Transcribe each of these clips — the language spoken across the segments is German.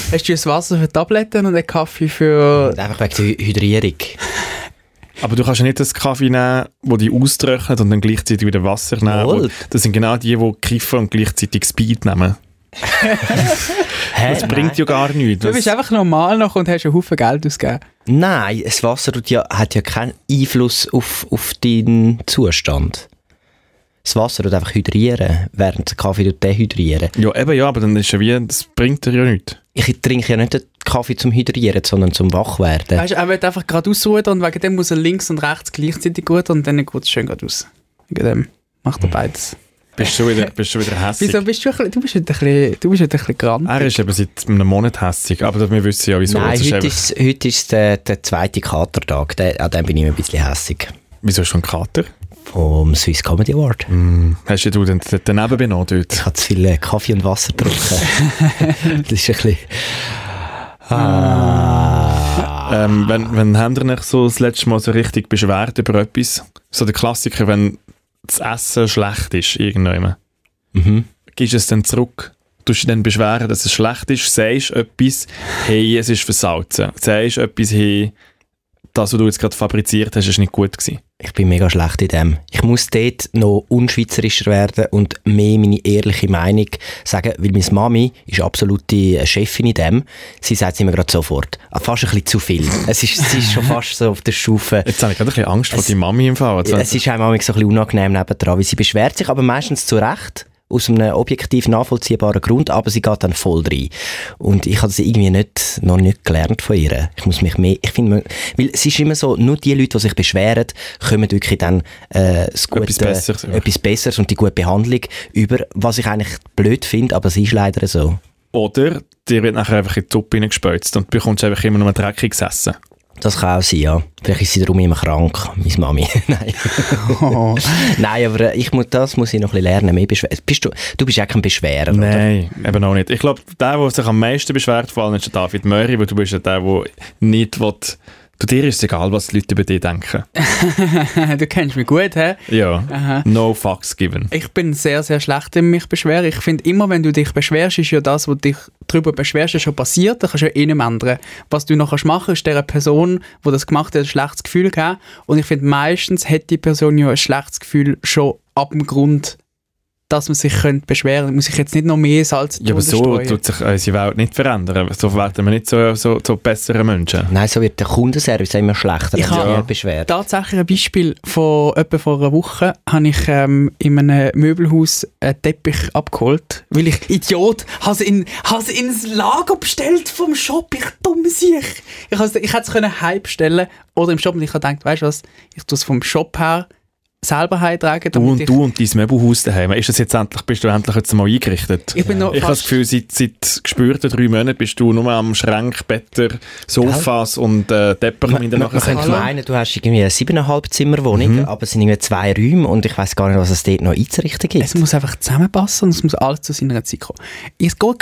Hast du das Wasser für Tabletten und den Kaffee für... Einfach wegen der Hydrierung. Aber du kannst ja nicht das Kaffee nehmen, wo die austrocknet und dann gleichzeitig wieder Wasser nehmen. Das sind genau die kiffen und gleichzeitig Speed nehmen. Das bringt ja gar nichts. Du bist einfach normal noch und hast einen Haufen Geld ausgegeben. Nein, das Wasser hat ja keinen Einfluss auf deinen Zustand. Das Wasser tut einfach hydrieren, während der Kaffee dehydrieren. Ja, eben ja, aber dann ist ja wie, das bringt dir ja nichts. Ich trinke ja nicht den Kaffee zum Hydrieren, sondern zum Wachwerden. Weißt du, er will einfach gerade ausrudern und wegen dem muss er links und rechts gleichzeitig gut und dann geht es schön gerade aus. Wegen dem macht er beides. Bist du schon wieder hässig? Wieso bist du bist heute ein bisschen grantig. Er ist eben seit einem Monat hässig, aber wir wissen ja, wieso. Nein, heute ist der zweite Katertag, an dem bin ich ein bisschen hässig. Wieso hast du einen Kater? Vom Swiss Comedy Award. Hast du den daneben benommen dort? Ich habe zu viel Kaffee und Wasser getrunken. Das ist ein bisschen... Wenn habt ihr euch so das letzte Mal so richtig beschwert über etwas? So der Klassiker, wenn das Essen schlecht ist, irgendwann. Gehst du es dann zurück? Tust du dann beschweren, dass es schlecht ist? Sagst etwas, hey, es ist versalzen. Sagst etwas, hey, das, was du jetzt gerade fabriziert hast, ist nicht gut gewesen. Ich bin mega schlecht in dem. Ich muss dort noch unschweizerischer werden und mehr meine ehrliche Meinung sagen, weil meine Mami ist absolute Chefin in dem. Sie sagt es immer gerade sofort. Fast ein bisschen zu viel. Sie ist schon fast so auf der Stufe. Jetzt habe ich gerade ein bisschen Angst vor deiner Mami im Fall. Es ist einem so ein bisschen unangenehm nebendran, weil sie beschwert sich, aber meistens zu Recht. Aus einem objektiv nachvollziehbaren Grund, aber sie geht dann voll rein. Und ich habe das irgendwie noch nicht gelernt von ihr. Ich muss mich mehr, ich finde, weil es ist immer so, nur die Leute, die sich beschweren, kommen wirklich dann etwas Besseres und die gute Behandlung über, was ich eigentlich blöd finde, aber es ist leider so. Oder dir wird nachher einfach in die Suppe hineingespült und du bekommst einfach immer nur dreckiges Essen. Das kann auch sein, ja. Vielleicht ist sie darum immer krank, meine Mami. Nein. Oh. Nein, aber das muss ich noch ein bisschen lernen. Mehr du bist ja kein Beschwerer, Nein, oder? Eben auch nicht. Ich glaube, der sich am meisten beschwert, vor allem ist der David Möri, weil du bist ja der nicht will. Dir ist es egal, was die Leute über dich denken. Du kennst mich gut, hä? Ja. Aha. No fucks given. Ich bin sehr, sehr schlecht in mich beschweren. Ich finde immer, wenn du dich beschwerst, ist ja das, was dich darüber beschwerst, ist schon passiert. Da kannst du ja eh nicht mehr ändern. Was du noch machen kannst, ist der Person, die das gemacht hat, ein schlechtes Gefühl gehabt. Und ich finde, meistens hat die Person ja ein schlechtes Gefühl schon ab dem Grund, dass man sich beschweren könnte. Muss ich jetzt nicht noch mehr Salz Ja, aber so tut sich unsere Welt nicht verändern. So werden wir nicht so bessere Menschen. Nein, so wird der Kundenservice immer schlechter, wenn sich beschwert. Tatsächlich ein Beispiel von etwa vor einer Woche habe ich in einem Möbelhaus einen Teppich abgeholt, weil ich, Idiot, habe sie ins Lager bestellt vom Shop. Ich dumme Sieg. Ich hätte es heim oder im Shop und ich habe gedacht, weißt du was, ich tue es vom Shop her selber heimtragen. Du und dein Möbelhaus daheim. Bist du endlich jetzt mal eingerichtet? Ich habe das Gefühl, seit gespürten 3 Monaten bist du nur am Schrank, Better, Sofas und Teppichen Man könnte meinen, du hast irgendwie eine 7,5 Zimmerwohnung, aber es sind irgendwie 2 Räume und ich weiss gar nicht, was es dort noch einzurichten gibt. Es muss einfach zusammenpassen und es muss alles zu seiner Zeit kommen. Es geht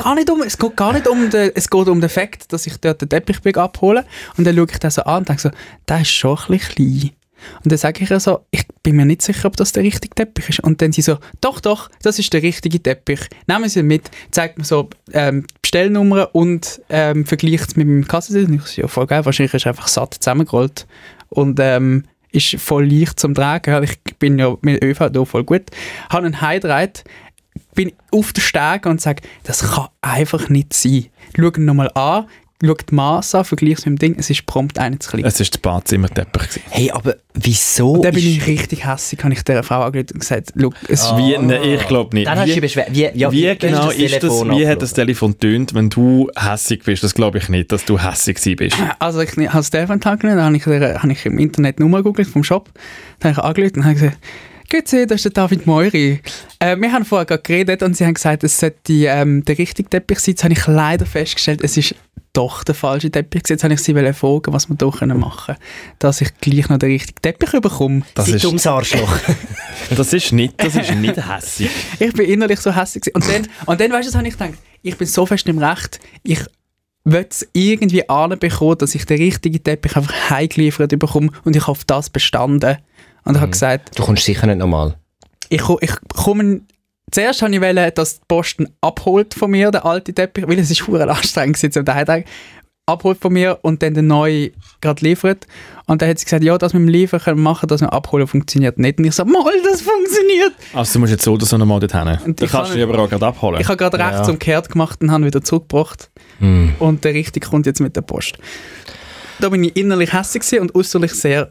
um den Fakt, dass ich dort den Teppich abhole und dann schaue ich den so an und denke so, der ist schon ein bisschen klein. Und dann sage ich ihr so, ich bin mir nicht sicher, ob das der richtige Teppich ist. Und dann sie so, doch, das ist der richtige Teppich. Nehmen Sie mit, zeigt mir so Bestellnummern und vergleicht es mit meinem Kassensitz. Und ich so, ja, voll geil, wahrscheinlich ist einfach satt zusammengerollt. Und ist voll leicht zum Tragen. Ich bin ja mit ÖV da voll gut. Habe einen heimgedreht, bin auf der Stege und sage, das kann einfach nicht sein. Schau ihn nochmal an. Schau die Masse an, vergleich es mit dem Ding, es ist prompt eine zu klein. Es war der Badezimmerteppich. Hey, aber wieso? Und dann bin ich richtig hässlich, habe ich dieser Frau angerufen und gesagt, schau, ich glaube nicht. Dann hast du beschwert. Wie genau ist das? Wie hat das Telefon getönt, wenn du hässig bist? Das glaube ich nicht, dass du hässig bist. Also ich habe das Telefon genommen, dann habe ich im Internet Nummer gegoogelt vom Shop, dann habe ich angerufen und habe gesagt, Grüezi, das ist der David Möri. Wir haben vorher gerade geredet und sie haben gesagt, es sollte der richtige Teppich sein. Jetzt habe ich leider festgestellt, es ist doch der falsche Teppich. Jetzt wollte ich sie fragen, was wir hier machen können, dass ich gleich noch den richtigen Teppich bekomme. Das ist dummes Arschloch. Das ist nicht hässig. Ich bin innerlich so hässig. Und dann weißt du, was habe ich gedacht? Ich bin so fest im Recht, ich will es irgendwie anbekommen, dass ich den richtigen Teppich einfach heimgeliefert bekomme und ich habe auf das bestanden. Und ich habe gesagt... Du kommst sicher nicht nochmal. Ich komme zuerst wollte ich, dass die Post abholt von mir, den alten Teppich, weil es ist verdammt anstrengend jetzt am Tag. Abholt von mir und dann den neuen gerade liefert. Und dann hat sie gesagt, ja, das mit dem Liefern können wir machen, das mit dem Abholen funktioniert nicht. Und ich so, mal, das funktioniert! Also du musst jetzt so oder so nochmal dorthin. Die kannst du aber auch gerade abholen. Ich habe gerade rechts umgekehrt gemacht und habe wieder zurückgebracht. Und der Richtige kommt jetzt mit der Post. Da bin ich innerlich hässlich gewesen und äußerlich sehr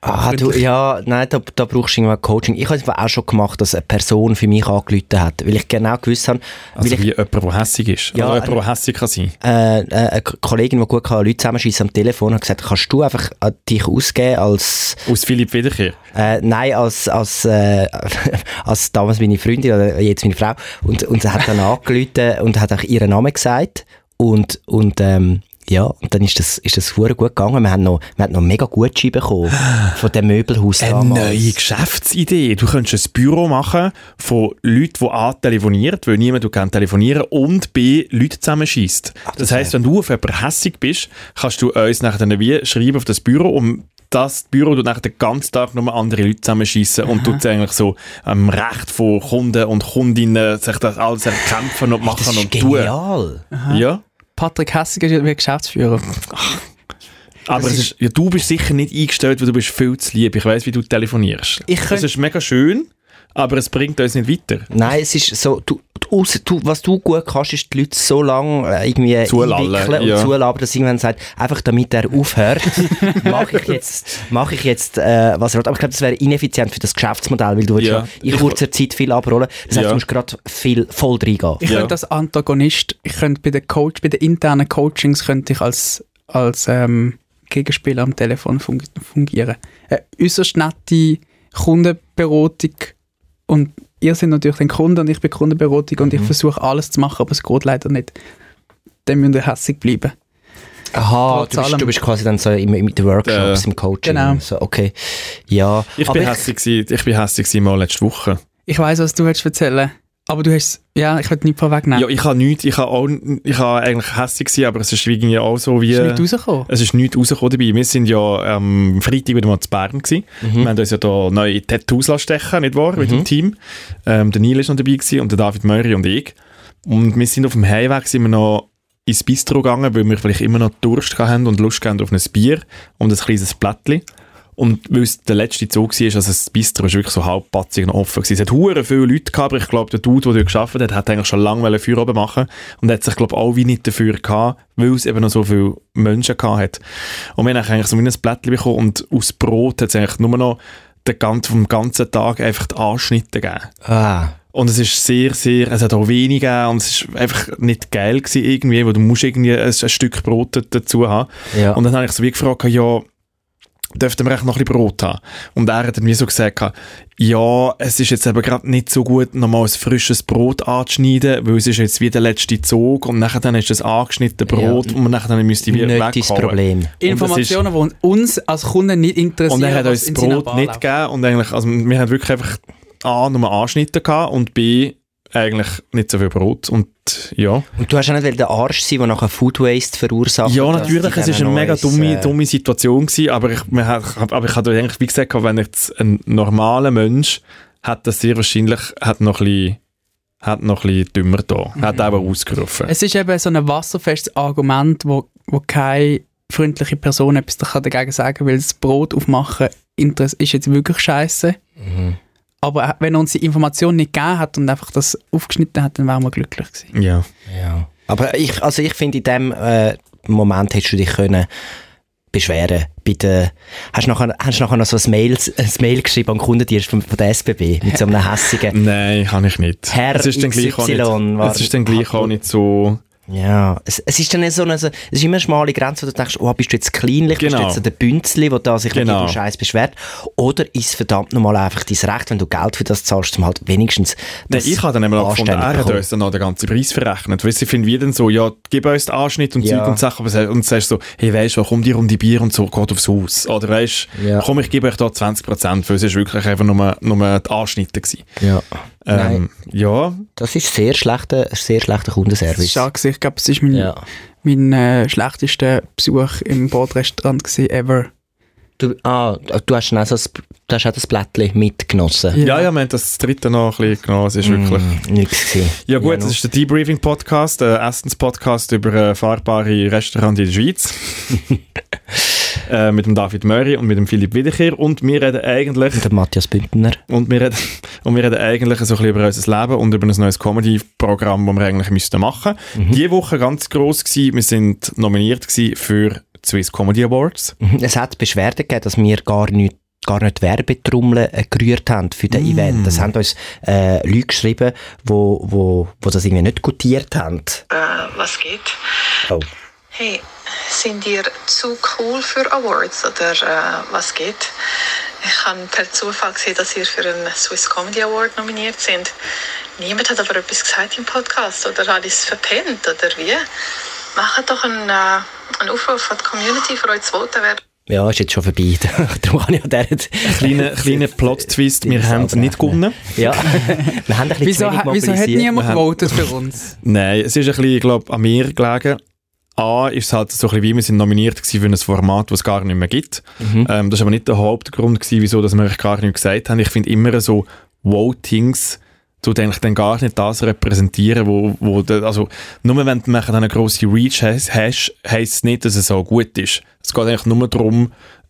da brauchst du irgendwann Coaching. Ich habe es auch schon gemacht, dass eine Person für mich angerufen hat, weil ich genau gewusst habe... Also wie jemand, der hässig ist? Ja, oder jemand, der hässig kann sein? Eine Kollegin, die gut Leute zusammenschiessen am Telefon, hat gesagt, kannst du einfach dich ausgeben als... Aus Philipp Wiederkehr? Nein, als damals meine Freundin oder jetzt meine Frau. Und sie hat dann angerufen und hat auch ihren Namen gesagt. Und dann ist das verdammt gut gegangen. Wir haben noch mega Gutscheine bekommen von dem Möbelhaus damals. Eine neue Geschäftsidee. Du könntest ein Büro machen von Leuten, die A, telefonieren, weil niemand kann telefonieren und B, Leute zusammenschießt. Das heisst, wenn du auf jemanden hässig bist, kannst du uns nachher wie schreiben auf das Büro, um das Büro tut nachher den ganzen Tag nur andere Leute zusammenschießen und tut eigentlich so am Recht von Kunden und Kundinnen sich das alles erkämpfen und machen das ist und genial. tun. Ja. Patrick Hässig ist wie Geschäftsführer. Aber du bist sicher nicht eingestellt, weil du bist viel zu lieb. Ich weiss, wie du telefonierst. Das ist mega schön, aber es bringt uns nicht weiter. Nein, es ist so, was du gut kannst, ist die Leute so lange irgendwie einwickeln und zulabern, dass irgendwann sagt, einfach damit er aufhört, mache ich jetzt was er will. Aber ich glaube, das wäre ineffizient für das Geschäftsmodell, weil du willst in kurzer Zeit viel abrollen. Das heißt, du musst gerade viel voll reingehen. Ich könnte als Antagonist, bei den internen Coachings könnte ich als Gegenspieler am Telefon fungieren. Eine äußerst nette Kundenberatung und ihr seid natürlich den Kunden und ich bin Kundenberatung und ich versuche alles zu machen, aber es geht leider nicht. Dann müsst ihr hässig bleiben. Aha, du bist quasi dann so mit den Workshops, im Coaching. Genau. So, okay. Ja. Ich bin hässig mal letzte Woche. Ich weiss, was du erzählen willst. Aber du hast, ich will nicht vorwegnehmen. Ja, ich habe eigentlich hässlich gewesen, aber es ist irgendwie auch so wie... Es ist nicht rausgekommen? Es ist nichts rausgekommen dabei. Wir sind ja am Freitag wieder mal zu Bern gewesen. Wir haben uns ja da neue Tattoos stechen, nicht wahr, mit dem Team. Der Neil ist noch dabei gewesen und der David Möri und ich. Und wir sind auf dem Heimweg noch ins Bistro gegangen, weil wir vielleicht immer noch Durst hatten und Lust hatten auf ein Bier und ein kleines Plättchen. Und weil es der letzte Zug war, also das Bistro ist wirklich so halbpatzig noch offen gewesen. Es hat verdammt viele Leute gehabt, aber ich glaube, der Dude, der dort gearbeitet hat, hat eigentlich schon lange Feuer oben machen und hat sich, glaube ich, auch wie nicht dafür gehabt, weil es eben noch so viele Menschen gehabt hat. Und wir haben eigentlich so ein Plättchen bekommen und aus Brot hat es eigentlich nur noch vom ganzen Tag einfach die Anschnitte gegeben. Und es ist es hat auch wenig gegeben und es ist einfach nicht geil gewesen irgendwie, weil du musst irgendwie ein Stück Brot dazu haben. Ja. Und dann habe ich so wie gefragt, ja, dürften wir echt noch ein bisschen Brot haben? Und er hat mir so gesagt, ja, es ist jetzt eben gerade nicht so gut, nochmal ein frisches Brot anzuschneiden, weil es ist jetzt wie der letzte Zug und nachher dann ist das angeschnittene Brot und nachher dann müsste ich wieder weghauen. Nicht das Problem. Informationen, die uns als Kunden nicht interessieren. Und er hat uns das Brot nicht gegeben und eigentlich, also wir haben wirklich einfach A, nur Anschnitte gehabt und B, eigentlich nicht so viel Brot und ja. Und du hast auch nicht den Arsch sein, der nachher Food Waste verursacht? Ja, natürlich, es war eine mega dumme Situation gewesen, aber ich habe eigentlich, wie gesagt, wenn jetzt ein normaler Mensch hat das sehr wahrscheinlich noch ein bisschen dümmer da, hat aber ausgerufen. Es ist eben so ein wasserfestes Argument, wo keine freundliche Person etwas dagegen sagen kann, weil das Brot aufmachen ist jetzt wirklich scheiße. Aber wenn er uns die Information nicht gegeben hat und einfach das aufgeschnitten hat, dann wären wir glücklich gewesen. Ja. Aber ich finde, in dem Moment hättest du dich können beschweren. Bitte, hast du nachher noch so ein Mail geschrieben an den Kundendienst von der SBB mit so einem hässigen... Nein, kann ich nicht. Herr es ist dann gleich auch nicht so... Ja, es ist dann so es ist immer eine schmale Grenze, wo du denkst, bist du jetzt kleinlich, bist du jetzt so der Bünzli, der da sich mit dem Scheiß beschwert, oder ist verdammt nochmal einfach dein Recht, wenn du Geld für das zahlst, um halt wenigstens das ich habe dann immer gefunden, er hat uns dann noch den ganzen Preis verrechnet, weil sie finden wie dann so, ja, gib uns den Anschnitt und Zeug und Sachen, und sagst so, hey, weisst du, komm dir um die Bier und so, geht aufs Haus, oder weisst, komm, ich gebe euch da 20%, weil es ist wirklich einfach nur die Anschnitte gewesen. Ja. Ja. Das ist sehr schlechter Kundenservice. Ich glaube, es war mein schlechtester Besuch im Bordrestaurant ever. Du hast dann auch auch das Blättchen mitgenossen. Ja, wir haben das dritte noch ein bisschen genommen. Es ist wirklich... Nichts gewesen. Ja gut, das ist der Debriefing-Podcast, der Essens-Podcast über fahrbare Restaurants in der Schweiz. Mit dem David Möri und mit dem Philipp Wiederkehr. Und wir reden eigentlich... Und der Matthias Bündner. Und wir reden eigentlich so ein bisschen über unser Leben und über ein neues Comedy-Programm, das wir eigentlich machen müssten. Diese Woche ganz gross gewesen. Wir sind nominiert gewesen für die Swiss Comedy Awards. Es hat Beschwerden gegeben, dass wir gar nicht Werbetrommeln gerührt haben für das Event. Das haben uns Leute geschrieben, wo das irgendwie nicht gutiert haben. Was geht? Oh. Hey, sind ihr zu cool für Awards oder was geht? Ich habe per Zufall gesehen, dass ihr für einen Swiss Comedy Award nominiert sind. Niemand hat aber etwas gesagt im Podcast oder hat es verpennt oder wie? Macht doch einen Aufruf an die Community für euch zu voten. Ja, ist jetzt schon vorbei. Darum kann ich ja Kleiner Plot-Twist, wir haben nicht gewonnen. Ja, wir haben ein bisschen Wieso hat niemand gewotet für uns? Nein, es ist ein bisschen, ich glaube, an mir gelegen. A, ist es halt so ein bisschen wie wir sind nominiert gewesen für ein Format, das es gar nicht mehr gibt. Das war aber nicht der Hauptgrund gewesen, wieso dass wir eigentlich gar nicht gesagt haben. Ich finde immer so Votings tut eigentlich dann gar nicht das repräsentieren, also nur wenn du nachher eine grosse Reach hast, heisst es nicht, dass es so gut ist. Es geht eigentlich nur darum,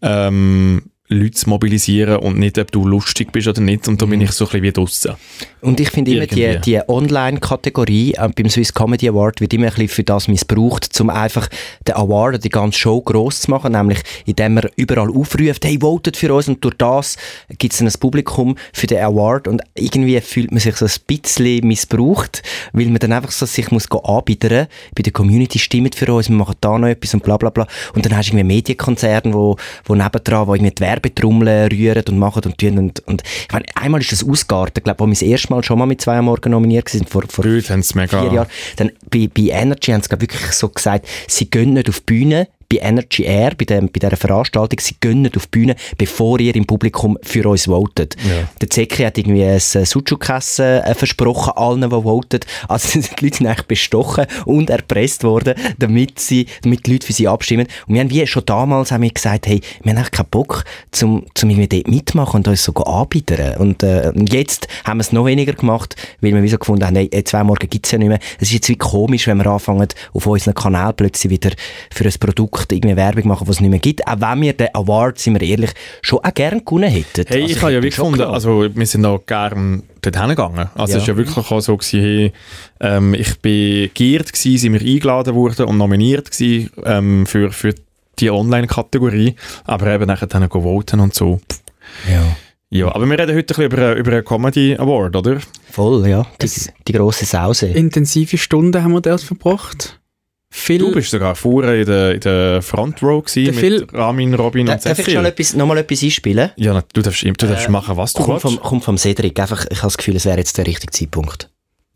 Leute zu mobilisieren und nicht, ob du lustig bist oder nicht. Und da bin ich so ein bisschen wie draussen. Und ich finde immer, die Online-Kategorie beim Swiss Comedy Award wird immer ein bisschen für das missbraucht, um einfach den Award, die ganze Show gross zu machen, nämlich indem man überall aufruft, hey, votet für uns, und durch das gibt es ein Publikum für den Award, und irgendwie fühlt man sich so ein bisschen missbraucht, weil man dann einfach so sich muss anbiedern, bei der Community stimmt für uns, wir machen da noch etwas und bla bla bla, und dann hast du irgendwie Medienkonzerne, wo nebendran, wo irgendwie die Werbetrommeln rühren und machen und tun, und ich meine, einmal ist das ausgeartet, ich glaube, wo wir das erste Mal schon mal mit 2 am Morgen nominiert waren, vor 4 Jahren. Dann bei Energy haben sie wirklich so gesagt, sie gehen nicht auf die Bühne, bei Energy Air, bei dieser Veranstaltung, sie gehen nicht auf die Bühne, bevor ihr im Publikum für uns votet. Ja. Der Zeki hat irgendwie ein Sucuk-Essen versprochen, allen, die voten. Also die Leute sind eigentlich bestochen und erpresst worden, damit die Leute für sie abstimmen. Und wir haben wie schon damals haben wir gesagt, hey, wir haben eigentlich keinen Bock, zum irgendwie dort mitmachen und uns so anbieten. Und jetzt haben wir es noch weniger gemacht, weil wir wie so gefunden haben, hey, 2 Morgen gibt es ja nicht mehr. Es ist jetzt wie komisch, wenn wir anfangen, auf unserem Kanal plötzlich wieder für ein Produkt irgendwie Werbung machen, was es nicht mehr gibt. Auch wenn wir den Award, sind wir ehrlich, schon auch gerne gewonnen hätten. Hey, also, ich habe ja wirklich gefunden, also wir sind auch gerne dorthin gegangen. Also es war ja wirklich auch so gewesen, hey, ich bin geehrt gewesen, sind wir eingeladen worden und nominiert gewesen, für die Online-Kategorie, aber eben nachher dann voten und so. Ja, aber wir reden heute ein bisschen über einen Comedy Award, oder? Voll, ja. Die grosse Sause. Intensive Stunden haben wir dort verbracht. Du bist sogar vorher in der Front Row gewesen mit Ramin, Robin und Cecil. Darf ich noch mal etwas einspielen? Ja, du darfst machen, was du willst. Kommt vom Cedric. Einfach, ich habe das Gefühl, es wäre jetzt der richtige Zeitpunkt.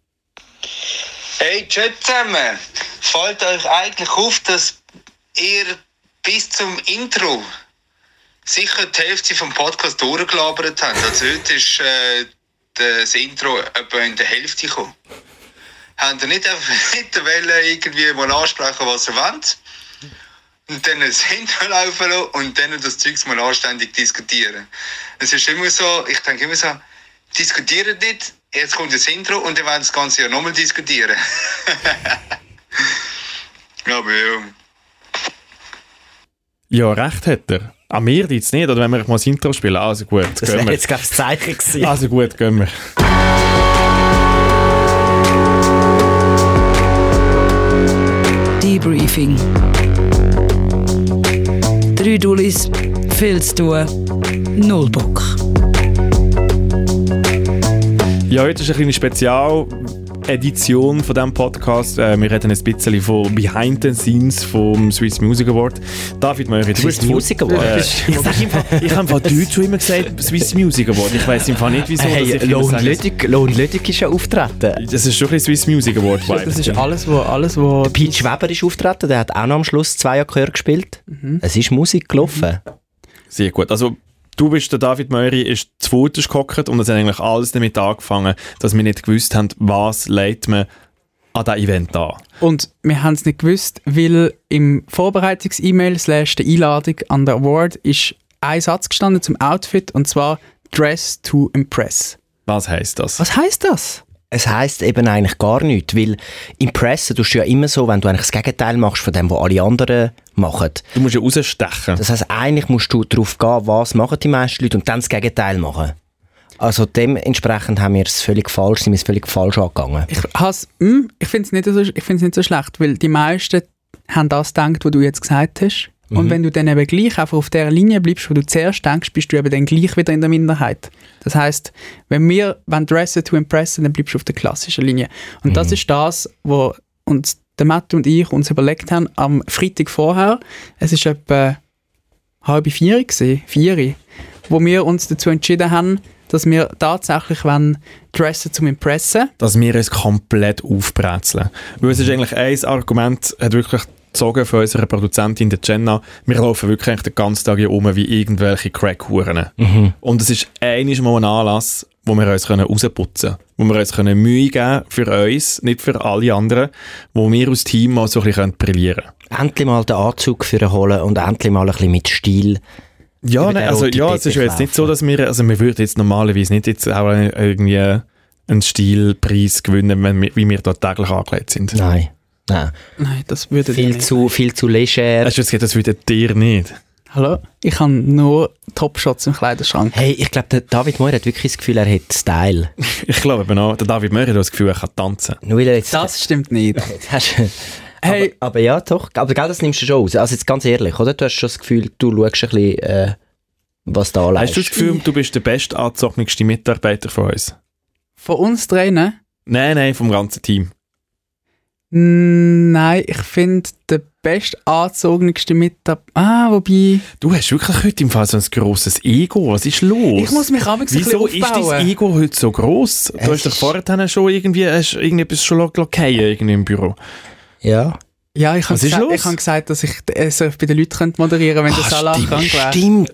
Hey, tschüss zusammen. Fällt euch eigentlich auf, dass ihr bis zum Intro sicher die Hälfte vom Podcast durchgelabert habt? Also heute ist das Intro etwa in der Hälfte gekommen. Habt ihr nicht irgendwie mal ansprechen, was ihr wollt? Und dann das Intro laufen lassen und dann das Zeugs mal anständig diskutieren. Es ist immer so, ich denke immer so, diskutiert nicht, jetzt kommt das Intro und dann wollen das ganze Jahr nochmal diskutieren. Aber ja. Ja, recht hat er. An mir jetzt nicht, oder wenn wir mal das Intro spielen? Also gut, das wäre jetzt, glaube ich, das Zeichen gewesen. Also gut, gehen wir. Debriefing. 3 Dullis, viel zu tun, 0 Bock. Ja, heute ist eine kleine Spezialedition von diesem Podcast. Wir reden ein bisschen von Behind the Scenes vom Swiss Music Award. David Möri, du Swiss Music Award? Ich habe von Deutsch schon immer gesagt Swiss Music Award. Ich weiss im Fall nicht, wieso. Hey, Lohn Lüdig ist ja auftreten. Das ist schon ein Swiss Music Award. Das ist alles, wo der Peach Weber ist auftreten, der hat auch noch am Schluss 2 Akkorde gespielt. Es ist Musik gelaufen. Sehr gut. Also, du bist, der David Möri, ist zu Fuß gehockt und es hat eigentlich alles damit angefangen, dass wir nicht gewusst haben, was leitet man an diesem Event an. Und wir haben es nicht gewusst, weil im Vorbereitungs-E-Mail / der Einladung an den Award ist ein Satz gestanden zum Outfit, und zwar «Dress to impress». Was heisst das? Was heisst das? Es heisst eben eigentlich gar nichts, weil impressen tust du ja immer so, wenn du eigentlich das Gegenteil machst von dem, was alle anderen machen. Du musst ja rausstechen. Das heisst, eigentlich musst du darauf gehen, was machen die meisten Leute und dann das Gegenteil machen. Also dementsprechend sind wir es völlig falsch angegangen. Ich finde es nicht so schlecht, weil die meisten haben das gedacht, was du jetzt gesagt hast. Und wenn du dann eben gleich einfach auf der Linie bleibst, wo du zuerst denkst, bist du eben dann gleich wieder in der Minderheit. Das heisst, wenn dressen to impressen, dann bleibst du auf der klassischen Linie. Und das ist das, was uns der Matt und ich uns überlegt haben am Freitag vorher. Es war etwa 3:30, wo wir uns dazu entschieden haben, dass wir tatsächlich dressen zum Impressen. Dass wir uns komplett aufbrezeln. Weil es ist eigentlich ein Argument, hat wirklich gezogen von unserer Produzentin, der Jenna. Wir laufen wirklich eigentlich den ganzen Tag hier rum wie irgendwelche Crack-Huren. Und es ist einmal ein Anlass, wo wir uns rausputzen können. Wo wir uns Mühe geben für uns, nicht für alle anderen, wo wir als Team mal so ein bisschen brillieren können. Endlich mal den Anzug für holen und endlich mal ein bisschen mit Stil. Ja, es ist ja jetzt nicht so, dass wir würden jetzt normalerweise nicht jetzt auch irgendwie einen Stilpreis gewinnen, wie wir dort täglich angelegt sind. Nein, das würde viel zu leger. Hast du jetzt gesagt, das würde dir nicht? Hallo? Ich habe nur Top-Shots im Kleiderschrank. Hey, ich glaube, der David Moir hat wirklich das Gefühl, er hat Style. Ich glaube eben auch, der David Moir hat das Gefühl, er kann tanzen. Nur jetzt, Das stimmt nicht. Hey. Aber ja, doch. Aber gell, das nimmst du schon aus. Also jetzt ganz ehrlich, oder? Du hast schon das Gefühl, du schaust ein bisschen, was da läuft. Hast du das Gefühl, du bist der bestangezogenste Mitarbeiter von uns? Von uns dreien? Nein, vom ganzen Team. Nein, ich finde der bestangezogenste Mitarbeiter. Wobei... Du hast wirklich heute im Fall so ein grosses Ego. Was ist los? Ich muss mich ein bisschen Wieso aufbauen. ist dein Ego heute so gross? Du hast doch vorher schon irgendetwas schon irgendwie im Büro. Ja. Ja, ich habe gesagt, dass ich bei den Leuten moderieren könnte, wenn der Salah krank wäre. Stimmt.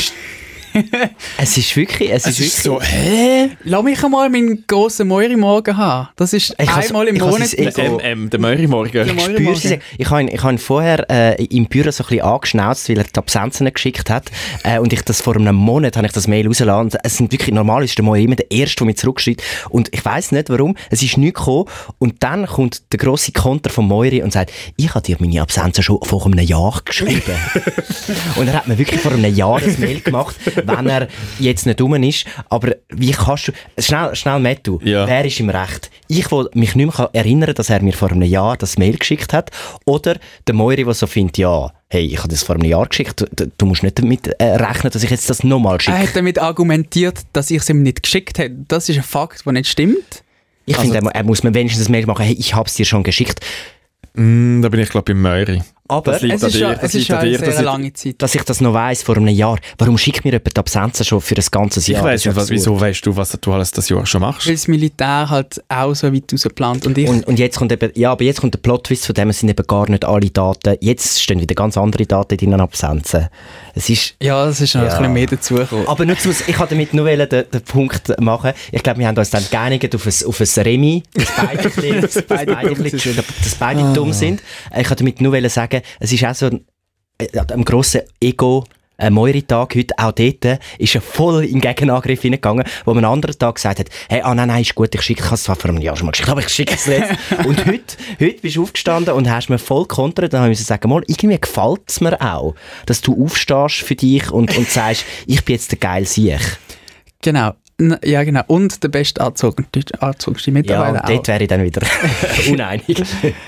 Es ist wirklich... so, hä? Lass mich einmal meinen grossen Moiri-Morgen haben. Das ist einmal im Monat. Der Moiri-Morgen. Ich habe ihn vorher im Büro so ein bisschen angeschnauzt, weil er die Absenzen geschickt hat. Und ich das vor einem Monat habe ich das Mail rausgelassen. Es sind wirklich, normal ist der Moiri immer der Erste, der mir zurückschreibt. Und ich weiss nicht warum, es ist nichts gekommen. Und dann kommt der grosse Konter von Moiri und sagt, ich habe dir meine Absenzen schon vor einem Jahr geschrieben. Und er hat mir wirklich vor einem Jahr das Mail gemacht, wenn er jetzt nicht rum ist. Aber wie kannst du... Schnell Mattu, ja. Wer ist im Recht? Ich, will mich nicht mehr erinnern, dass er mir vor einem Jahr das Mail geschickt hat. Oder der Moiri, der so findet, ja, hey, ich habe das vor einem Jahr geschickt, du musst nicht damit rechnen, dass ich jetzt das nochmal schicke. Er hat damit argumentiert, dass ich es ihm nicht geschickt habe. Das ist ein Fakt, der nicht stimmt. Ich finde, er muss mir wenigstens das Mail machen, hey, ich habe es dir schon geschickt. Da bin ich, glaube ich, beim Möri. Aber es ist schon eine sehr lange Zeit. Dass ich das noch weiss vor einem Jahr. Warum schickt mir jemand die Absenzen schon für das ganze Jahr? Ich weiss nicht, wieso weißt du, was du alles das Jahr schon machst? Weil das Militär halt auch so weit rausplant. Und jetzt kommt eben, ja, aber jetzt kommt der Plot-Twist, von dem sind eben gar nicht alle Daten. Jetzt stehen wieder ganz andere Daten in deinen Absenzen. Es ist noch ein bisschen mehr dazugekommen. Aber nur ich wollte damit nur den Punkt machen. Ich glaube, wir haben uns dann geeinigt auf ein Remi, dass beide dumm sind. Ich wollte damit nur sagen, es ist auch so ein grosser Ego, ein Moiri-Tag heute, auch dort, ist er voll in den Gegenangriff hineingegangen, wo man am anderen Tag gesagt hat, hey, nein, ist gut, ich habe es zwar vor einem Jahr schon mal geschickt, aber ich schicke es jetzt. Und heute bist du aufgestanden und hast mir voll kontert, dann habe ich sagen, mal, irgendwie gefällt es mir auch, dass du aufstehst für dich und sagst, ich bin jetzt der geile Sieg. Genau. Ja, genau. Und der beste angezogenste Mitarbeiter ja, und dort wäre ich dann wieder uneinig.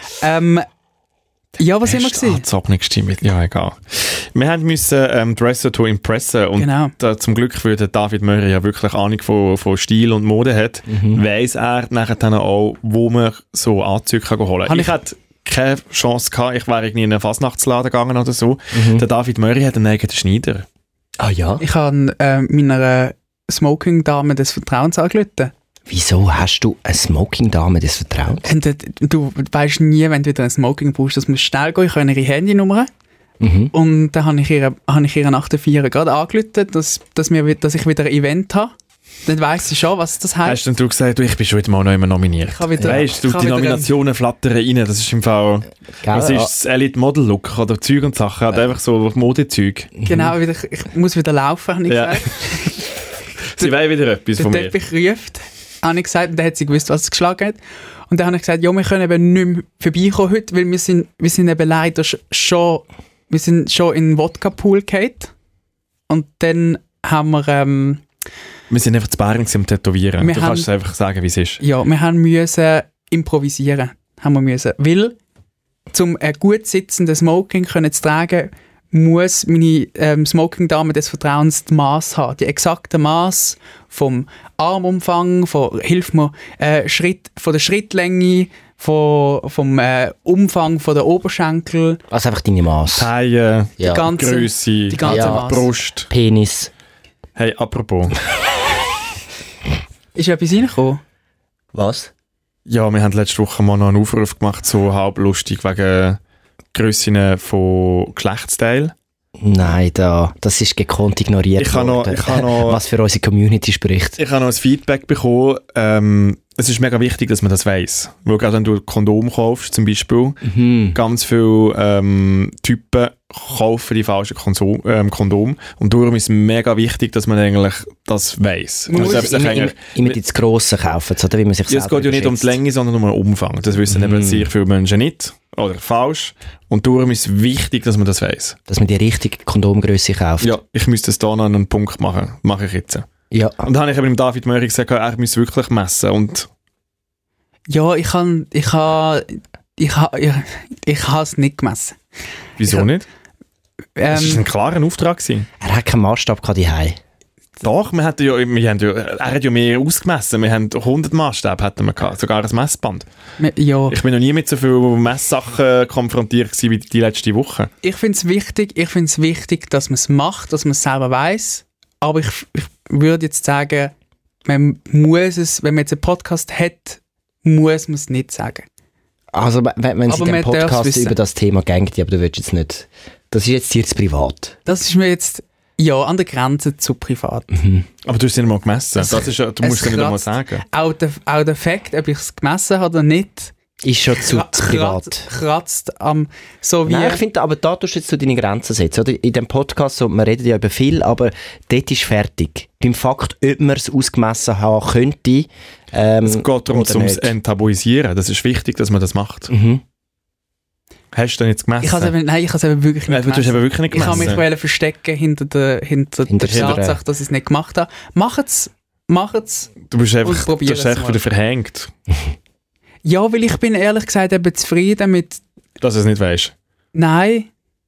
Ja, was immer gesehen? Ja, egal. Wir mussten dressen to impressen und genau. Zum Glück, weil David Möri ja wirklich Ahnung von Stil und Mode hat, weiss er nachher dann auch, wo man so Anzüge holen kann. Ich hatte keine Chance gehabt, ich wäre irgendwie in einen Fasnachtsladen gegangen oder so. Der David Möri hat einen eigenen Schneider. Ah ja? Ich habe meiner Smoking-Dame des Vertrauens angerufen. Wieso hast du eine Smoking-Dame des Vertrauens? Du weisst nie, wenn du wieder ein Smoking brauchst, dass du schnell gehen, ich habe ihre Handynummer. Und dann habe ich ihr nach der 4 gerade angerufen, dass ich wieder ein Event habe. dann weiss ich schon, was das heisst. Hast denn du gesagt, ich bin schon wieder mal noch immer nominiert? Weißt du, die Nominationen flattern rein, das ist im Fall... Was ist das Elite Model Look oder Zeug und Sachen? Halt einfach so Modezeug. Genau, ich muss wieder laufen, habe ich gesagt. Sie wollen wieder etwas von mir. Der Teppich ruft, habe ich gesagt, und dann hat sie gewusst, was es geschlagen hat. Und dann habe ich gesagt, ja, wir können eben nicht mehr vorbeikommen heute, weil wir sind eben leider schon in den Wodka-Pool gefallen. Und dann haben wir... wir sind einfach zu Bern am Tätowieren. Du kannst es einfach sagen, wie es ist. Ja, wir müssen improvisieren. Weil, um ein gut sitzendes Smoking zu tragen, muss meine Smoking-Dame des Vertrauens das Maß haben. Die exakte Maß vom Armumfang, von der Schrittlänge, vom Umfang von der Oberschenkel. Also einfach deine Maß. Taille, die ganze Grösse, Maß. Brust. Penis. Hey, apropos. Ist etwas reingekommen? Was? Ja, wir haben letzte Woche mal noch einen Aufruf gemacht, so halblustig wegen Grössen von Geschlechtsteilen. Nein, das ist gekonnt ignoriert worden. Was für unsere Community spricht. Ich habe noch ein Feedback bekommen. Es ist mega wichtig, dass man das weiss. Weil gerade wenn du Kondom kaufst, zum Beispiel, ganz viele Typen kaufen die falschen Kondom. Und darum ist es mega wichtig, dass man eigentlich das weiss. Man muss immer die zu grossen kaufen, oder wie man sich es geht ja nicht um die Länge, sondern um den Umfang. Das wissen eben sehr viele Menschen nicht. Oder falsch. Und darum ist es wichtig, dass man das weiss. Dass man die richtige Kondomgrösse kauft. Ja, ich müsste es da noch an einen Punkt machen. Mache ich jetzt. Ja. Und dann habe ich eben dem David Möri gesagt, er müsse wirklich messen. Und ja, ich habe es nicht gemessen. Wieso nicht? Das war ein klarer Auftrag gewesen. Er hat keinen Maßstab daheim. Doch, er hat ja mehr ausgemessen. Wir haben 100 Maßstäbe, hatten wir gehabt, sogar ein Messband. Ja. Ich bin noch nie mit so vielen Messsachen konfrontiert gewesen wie die letzte Woche. Ich finde es wichtig, dass man es macht, dass man es selber weiss. Aber ich würde jetzt sagen, man muss es, wenn man jetzt einen Podcast hat, muss man es nicht sagen. Also wenn es in dem Podcast über das Thema geht, aber du willst jetzt nicht... Das ist jetzt dir zu privat. Das ist mir jetzt... Ja, an der Grenze zu privat. Aber du hast es nicht mal gemessen. Du musst es nicht einmal sagen. Auch der Fakt, ob ich es gemessen habe oder nicht, ist schon zu privat. Kratzt am... So wie Nein, ich finde, aber da tust du jetzt zu deine Grenzen setzen. Oder? In dem Podcast, so, wir reden ja über viel, aber dort ist fertig. Beim Fakt, ob man es ausgemessen haben könnte, es geht darum, ums Enttabuisieren. Das ist wichtig, dass man das macht. Hast du denn jetzt gemessen? Ich habe es eben wirklich nicht gemessen. Du hast eben wirklich nicht gemessen. Ich wollte verstecken hinter der Tatsache, dass ich es nicht gemacht habe. Macht es. Du bist einfach wieder verhängt. Ja, weil ich bin ehrlich gesagt eben zufrieden mit... Dass du es nicht weißt? Nein.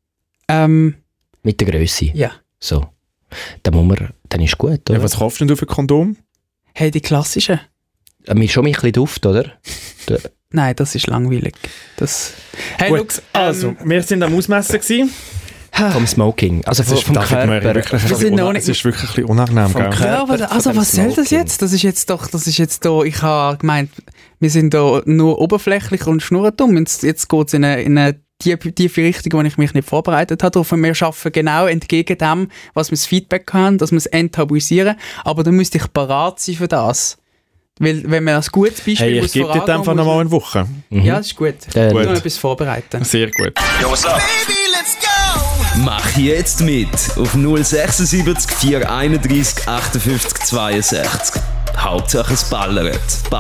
Mit der Grösse? Ja. So. Dann ist gut, oder? Ja, was kaufst denn du für Kondom? Hey, die klassischen. Schon ein bisschen Duft, oder? Nein, das ist langweilig. Hey, gut, look, also, wir sind am Ausmessen gewesen. Vom Smoking, also vom Körper. Es ist wirklich ein bisschen unangenehm. Ja, aber also, was soll das jetzt? Das ist jetzt da, ich habe gemeint, wir sind da nur oberflächlich und schnurrendumm. Jetzt geht es in eine tiefe Richtung, wo ich mich nicht vorbereitet habe. Darauf, wir arbeiten genau entgegen dem, was wir das Feedback haben, dass wir es enttabuisieren. Aber dann müsste ich parat sein für das. Weil, wenn man ein gutes Beispiel ich gebe dir einfach noch mal eine Woche. Ja, das ist gut. Nur etwas vorbereiten. Sehr gut. Yo, what's up? Baby, let's go! Mach jetzt mit auf 076 431 58 62. Hauptsache es ballert.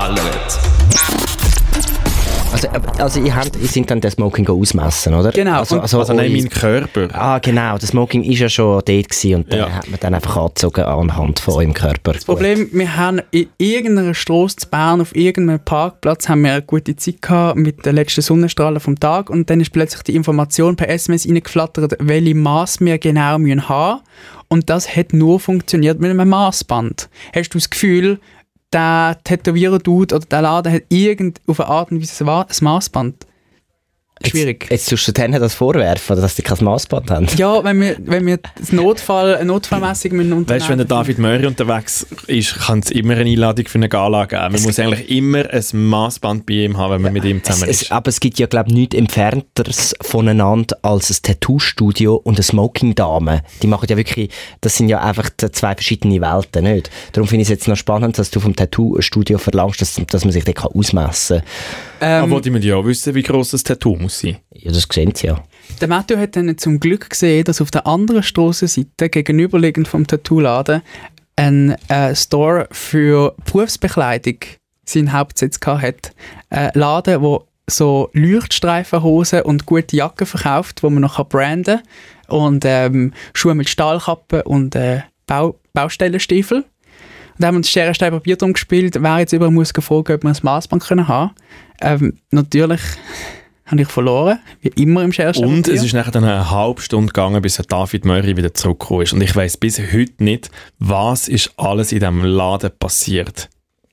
Also ihr seid dann den Smoking ausmessen, oder? Genau. Also nicht mein Körper. Ah, genau. Das Smoking war ja schon dort gewesen und dann hat man dann einfach angezogen anhand von eurem Körper. Das Problem, wir haben in irgendeiner Strasse zu Bern, auf irgendeinem Parkplatz, haben wir eine gute Zeit gehabt mit den letzten Sonnenstrahlen vom Tag und dann ist plötzlich die Information per SMS reingeflattert, welche Maß wir genau haben müssen. Und das hat nur funktioniert mit einem Maßband. Hast du das Gefühl, der Tätowierer-Dude oder der Laden hat auf eine Art und Weise ein Maßband? schwierig. Jetzt tust du denen das vorwerfen, dass die kein Maßband haben? Ja, wenn wir eine Notfallmessung unternehmen. Weißt du, wenn der David Möri unterwegs ist, kann es immer eine Einladung für eine Gala geben. Man muss eigentlich immer ein Maßband bei ihm haben, wenn man mit ihm zusammen ist. Aber es gibt ja, glaube ich, nichts Entfernteres voneinander als ein Tattoo-Studio und eine Smoking-Dame. Die machen ja wirklich, das sind ja einfach zwei verschiedene Welten, nicht? Darum finde ich es jetzt noch spannend, dass du vom Tattoo-Studio verlangst, dass man sich dort ausmessen kann. Aber die müssen ja auch wissen, wie gross das Tattoo muss sein. Ja, das sehen sie ja. Der Matthew hat dann zum Glück gesehen, dass auf der anderen Strassenseite, gegenüberliegend vom Tattoo-Laden, ein Store für Berufsbekleidung seinen Hauptsitz hatte. Ein Laden, der so Leuchtstreifenhosen und gute Jacken verkauft, die man noch branden kann. Und Schuhe mit Stahlkappen und Baustellenstiefel. Und da haben wir uns Schere, Stein, Papier drum gespielt, wer jetzt über muss fragen, ob wir ein Maßband haben können. Natürlich habe ich verloren, wie immer im Schere, Stein, Papier. Und es ist nachher dann eine halbe Stunde gegangen, bis David Möri wieder zurückgekommen ist. Und ich weiss bis heute nicht, was ist alles in diesem Laden passiert.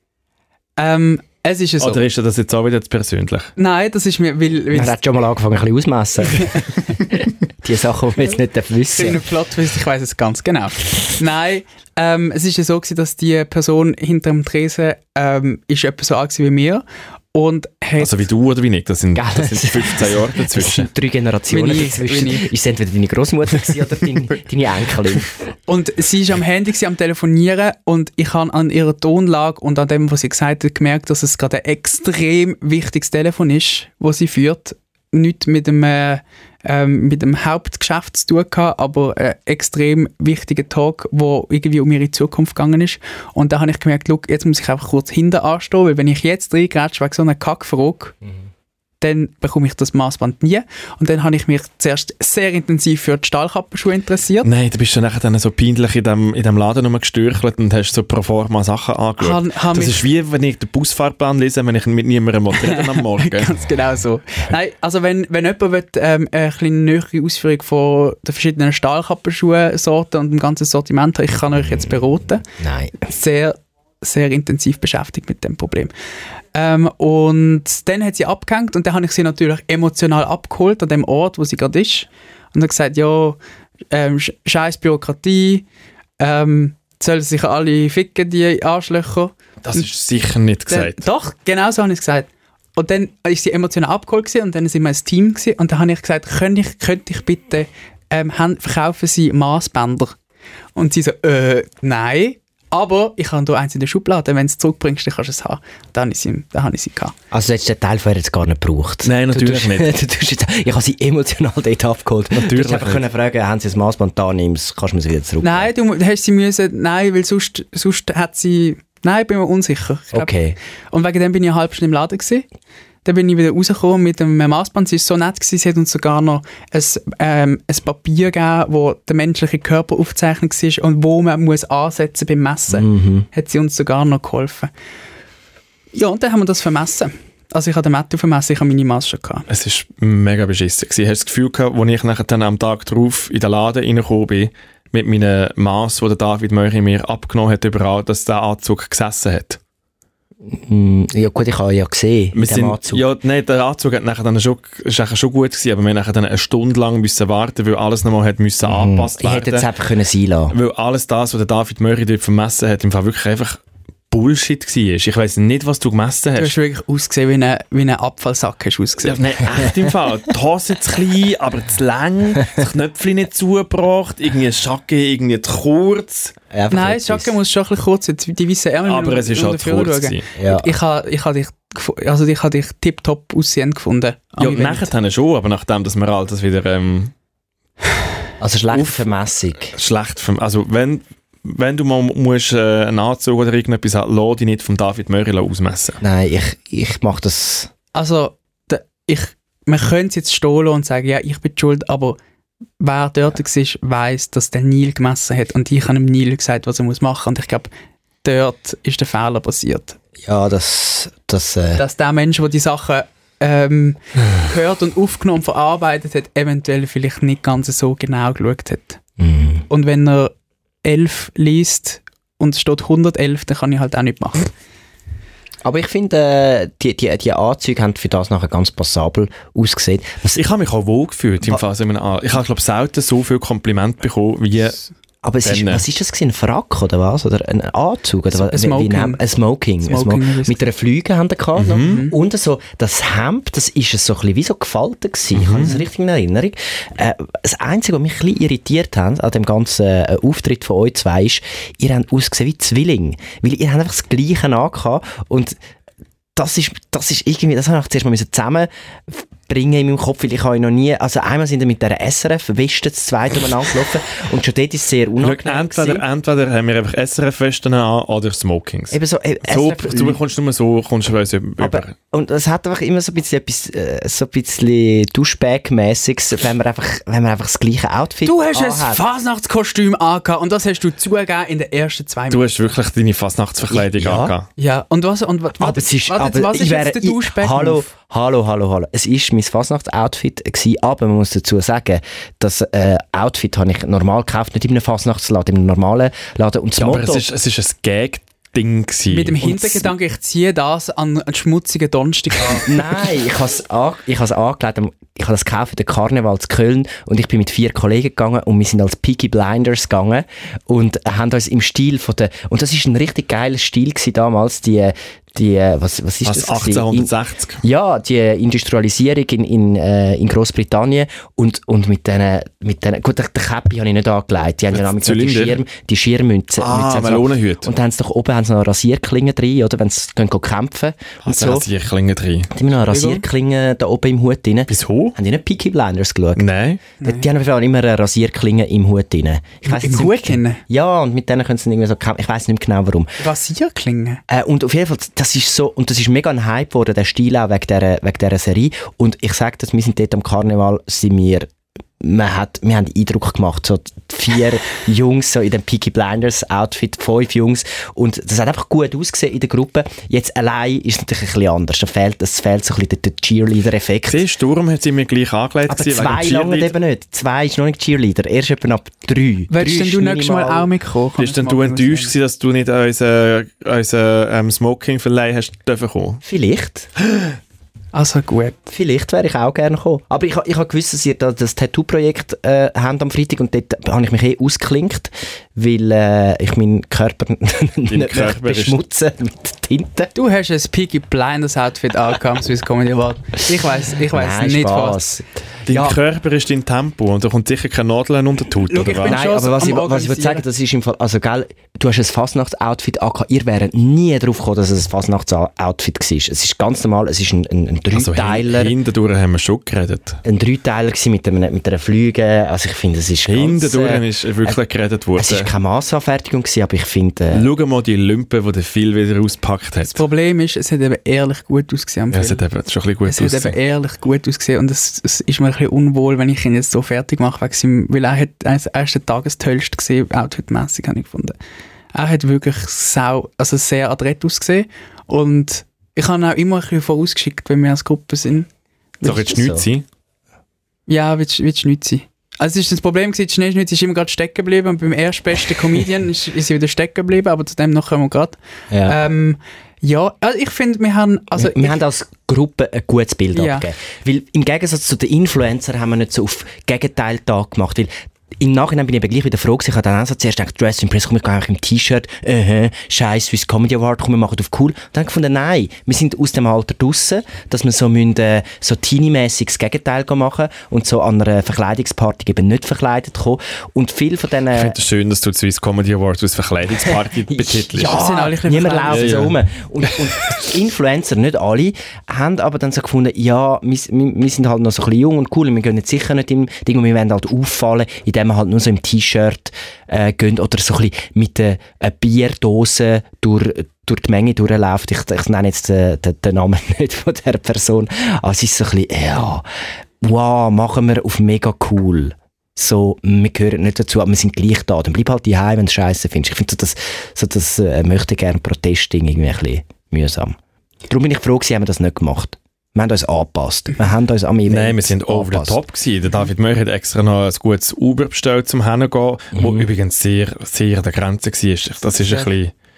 Es ist so. Oder ist das jetzt auch wieder persönlich? Nein, das ist mir, weil er hat schon mal angefangen, ein bisschen ausmessen. Die Sachen, die wir jetzt nicht wissen. Ich weiss es ganz genau. Nein, es ist ja so gewesen, dass die Person hinter dem Tresen ist etwa so alt wie mir. Und also wie du oder wie nicht? Das sind 15 Jahre dazwischen. Das sind 3 Generationen dazwischen. Ist es entweder deine Großmutter oder deine Enkelin? Und sie war am Handy, am Telefonieren, und ich habe an ihrer Tonlage und an dem, was sie gesagt hat, gemerkt, dass es gerade ein extrem wichtiges Telefon ist, das sie führt. Nicht mit dem Hauptgeschäft zu tun gehabt, aber ein extrem wichtiger Talk, der irgendwie um ihre Zukunft gegangen ist. Und da habe ich gemerkt, jetzt muss ich einfach kurz hinten anstehen, weil wenn ich jetzt reingrätsche wegen so einer Kackfrage, dann bekomme ich das Maßband nie. Und dann habe ich mich zuerst sehr intensiv für die Stahlkappenschuhe interessiert. Nein, du bist nachher dann so peinlich in dem Laden rumgestürchelt und hast so pro forma Sachen angeschaut. Das ist wie, wenn ich den Busfahrplan lese, wenn ich mit niemandem reden am Morgen. Ganz genau so. Nein, also wenn jemand will, eine kleine nähere Ausführung von den verschiedenen Stahlkappenschuhen-Sorten und dem ganzen Sortiment haben, ich kann euch jetzt beraten. Nein. Sehr, sehr intensiv beschäftigt mit dem Problem. Und dann hat sie abgehängt und dann habe ich sie natürlich emotional abgeholt an dem Ort, wo sie gerade ist. Und dann gesagt, ja, scheiß Bürokratie, sollen sich alle ficken, die Arschlöcher. Das ist sicher nicht gesagt. Doch, genau so habe ich es gesagt. Und dann war sie emotional abgeholt und dann sind wir ein Team gewesen, und dann habe ich gesagt, könnte ich bitte, verkaufen Sie Maßbänder? Und sie so, nein. Aber ich habe hier eins in der Schublade, wenn du es zurückbringst, dann kannst du es haben. Dann habe ich sie gehabt. Also du hättest den Teil vorher jetzt gar nicht gebraucht? Nein, natürlich nicht. Ich habe sie emotional dort abgeholt. Natürlich du hättest einfach fragen, haben sie das Maßband da, kannst du mir sie wieder zurück? Nein, du hättest sie müssen, nein, weil sonst hat sie, nein, bin mir unsicher. Okay. Und wegen dem bin ich eine halbe Stunde im Laden gewesen. Dann bin ich wieder rausgekommen mit dem Maßband. Sie war so nett gewesen, sie hat uns sogar noch ein Papier gegeben, wo der menschliche Körper aufgezeichnet war und wo man muss ansetzen beim Messen. Hat sie uns sogar noch geholfen. Ja, und dann haben wir das vermessen. Also ich habe den Matthew vermessen, ich habe meine Masse schon gehabt. Es war mega beschissen. Hast du das Gefühl gehabt, als ich nachher dann am Tag drauf in den Laden reingekommen bin, mit meinem Maß, das David Möri mir abgenommen hat, überall, dass der Anzug gesessen hat? Ja gut, ich habe ja gesehen, Anzug. Ja, nein, der Anzug hat nachher dann schon gut gewesen, aber wir nachher dann eine Stunde lang müssen warten, weil alles nochmal angepasst werden. Ich hätte jetzt einfach sein lassen. Weil alles das, was der David Möri dort vermessen hat, im Fall wirklich einfach Bullshit war. Ich weiss nicht, was du gemessen hast. Du hast wirklich ausgesehen wie ein Abfallsack. Hast ausgesehen. Ja, nein, echt im Fall. Die Hose zu klein, aber zu lang, das Knöpfchen nicht zugebracht, irgendwie ein Jacke irgendwie zu kurz. Nein, das Jacke muss schon ein bisschen kurz sein, die weißen Ärmel. Aber es ist halt zu kurz. Ja. Ich habe dich tipptopp aussehend gefunden. Ja, nachher dann schon, aber nachdem, dass wir all das wieder... also schlechte Vermessung. Also wenn du mal musst, einen Anzug oder irgendetwas haben, lass dich nicht von David Möri ausmessen. Nein, ich mache das... Also, man könnte es jetzt stehen und sagen, ja, ich bin die schuld, aber wer dort war, weiss, dass der Neil gemessen hat und ich habe dem Neil gesagt, was er machen muss. Und ich glaube, dort ist der Fehler passiert. Ja, dass der Mensch, der die Sachen gehört und aufgenommen und verarbeitet hat, eventuell vielleicht nicht ganz so genau geschaut hat. Und wenn er 11 liest und es steht 111, dann kann ich halt auch nicht machen. Aber ich finde, die Anzüge haben für das nachher ganz passabel ausgesehen. Ich habe mich auch wohl gefühlt im Fall. Ich habe, glaube ich, selten so viel Kompliment bekommen wie... Aber was ist das gewesen? Ein Frack oder was? Oder ein Anzug? Oder ein Smoking. Ein Smoking. Mit einer Flüge haben die gehabt. Und so, das Hemd, das ist so ein bisschen wie so gefaltet gewesen. Ich habe das richtig in Erinnerung. Das Einzige, was mich ein bisschen irritiert hat an dem ganzen Auftritt von euch zwei, ist, ihr habt ausgesehen wie Zwillinge. Weil ihr habt einfach das Gleiche angehabt. Und das ist irgendwie, das habe ich zuerst mal zusammenbringen in meinem Kopf, weil ich habe noch nie, also einmal sind wir mit dieser SRF-Weste das zweite umeinander gelaufen und schon dort ist es sehr unangenehm. Entweder haben wir einfach SRF-Westen an oder Smokings. Eben so, du kommst nur so, kommst du uns über. Und es hat einfach immer so ein bisschen Duschbag-mässiges, wenn man einfach das gleiche Outfit Du hast ein Fasnachtskostüm angehabt und das hast du zugegeben in den ersten 2 Minuten. Du hast wirklich deine Fasnachtsverkleidung angehabt. Ja, und was was ist jetzt der Duschbag? Hallo. Es ist mein Fasnachtsoutfit gewesen, aber man muss dazu sagen, das Outfit habe ich normal gekauft, nicht in einem Fasnachtsladen, in einem normalen Laden. Und das Motto, aber es ist ein Gag-Ding gewesen. Mit dem Hintergedanken, ich ziehe das an einen schmutzigen Donnerstag an. Nein, ich habe es angelegt. Ich habe das gekauft für den Karneval zu Köln und ich bin mit 4 Kollegen gegangen und wir sind als Peaky Blinders gegangen und haben uns im Stil und das ist ein richtig geiler Stil gewesen damals, was ist das? 1860. Ja, die Industrialisierung in Großbritannien und mit denen, gut, den Käppi habe ich nicht angelegt. Die haben ja nämlich die Schirmmünze. Melonenhüte. Und dann haben sie doch oben noch eine Rasierklinge drin, oder? Wenn sie kämpfen. Also so. Rasierklinge drin. Die haben noch eine Rasierklinge da oben im Hut drin. Wieso? Haben die nicht Peaky Blinders geschaut? Nein. Die haben auf jeden Fall immer eine Rasierklinge im Hut drin. Im Hut drin? Ja, und mit denen können sie irgendwie so kämpfen. Ich weiss nicht mehr genau warum. Rasierklinge? Und auf jeden Fall, das ist so, und das ist mega ein Hype geworden, der Stil auch wegen dieser Serie. Und ich sage das, wir sind dort am Karneval, wir haben Eindruck gemacht, so 4 Jungs so in dem Peaky Blinders Outfit, 5 Jungs, und das hat einfach gut ausgesehen in der Gruppe. Jetzt allein ist es natürlich ein bisschen anders, es fehlt so ein bisschen der Cheerleader-Effekt. Siehst du, darum hat sie mir gleich angelegt. Aber 2 lange eben nicht, 2 ist noch nicht Cheerleader, erst etwa ab 3. Willst denn du nächstes Mal auch mitkommen? Bist denn du enttäuscht gewesen, dass du nicht unseren Smoking verleihen hast dürfen kommen? Vielleicht. Also gut. Vielleicht wäre ich auch gerne gekommen. Aber ich habe gewusst, dass ihr das Tattoo-Projekt habt am Freitag und dort habe ich mich ausgeklinkt, weil ich meinen Körper nicht beschmutzen mit Tinte. Du hast ein Peaky Blinders Outfit angehabt am Swiss Comedy Award. Ich weiss nicht was. Dein Körper ist dein Tempo und da kommt sicher keine Nadeln unter die Haut, oder was? Nein, aber was ich würde sagen, das ist im Fall, also gell, du hast ein Fasnachts-Outfit angehabt, ihr wäret nie drauf gekommen, dass es ein Fasnachts-Outfit war. Es ist ganz normal, es ist ein Dreiteiler. Also hinterdurch haben wir schon geredet. Ein Dreiteiler mit einer Flüge, also ich finde, es ist hinterdurch ist wirklich geredet worden. Es war keine Massanfertigung, aber ich finde... Schau mal die Lümpe, die der Phil wieder ausgepackt hat. Das Problem ist, es hat eben ehrlich gut ausgesehen. Ja, es hat eben schon ein bisschen gut ausgesehen. Es hat eben ehrlich gut ausgesehen und es ist mir ein bisschen unwohl, wenn ich ihn jetzt so fertig mache, weil er hat ersten Tag das tollste gesehen, outfitmässig habe ich gefunden. Er hat wirklich sehr adrett ausgesehen und ich habe ihn auch immer ein bisschen vorausgeschickt, wenn wir als Gruppe sind. Soll jetzt nichts sein? Ja, willst du nichts sein? Also es ist das Problem gewesen, die Schneeschnitz ist immer gerade stecken geblieben und beim erstbesten Comedian ist sie wieder stecken geblieben, aber zu dem noch kommen wir gerade. Ja. Ja, also ich finde, wir haben... Also wir haben als Gruppe ein gutes Bild abgegeben. Weil im Gegensatz zu den Influencern haben wir nicht so auf Gegenteil-Tag gemacht, weil im Nachhinein bin ich eben gleich wieder froh gewesen. Ich habe dann auch so zuerst gedacht, Dress Impress, komm, ich gehe einfach im T-Shirt, scheiß Swiss Comedy Award, komm, wir machen auf cool. Und dann habe ich gefunden, nein, wir sind aus dem Alter draussen, dass wir so Teenie-mäßiges Gegenteil machen und so an einer Verkleidungsparty eben nicht verkleidet kommen. Und viel von denen... Ich finde es schön, dass du die Swiss Comedy Awards als Verkleidungsparty betitelst. Ja, niemand läuft so rum. Und die Influencer, nicht alle, haben aber dann so gefunden, ja, wir sind halt noch so ein bisschen jung und cool und wir gehen jetzt sicher nicht im Ding und wir werden halt auffallen, indem man halt nur so im T-Shirt gehen oder so ein bisschen mit einer Bierdose durch die Menge durchläuft. Ich nenne jetzt den Namen nicht von dieser Person. Aber es ist so ein bisschen, ja, wow, machen wir auf mega cool. So, wir gehören nicht dazu, aber wir sind gleich da. Dann bleib halt daheim, wenn du Scheiße findest. Ich finde das möchte gerne Protestding irgendwie ein bisschen mühsam. Darum bin ich froh gewesen, haben wir das nicht gemacht. Wir haben uns angepasst. Wir haben uns am Event Nein, wir sind over the top gewesen. Der David Möhr hat extra noch ein gutes Uber bestellt zum Hingehen, wo übrigens sehr, sehr an der Grenze war. Das ist ein bisschen...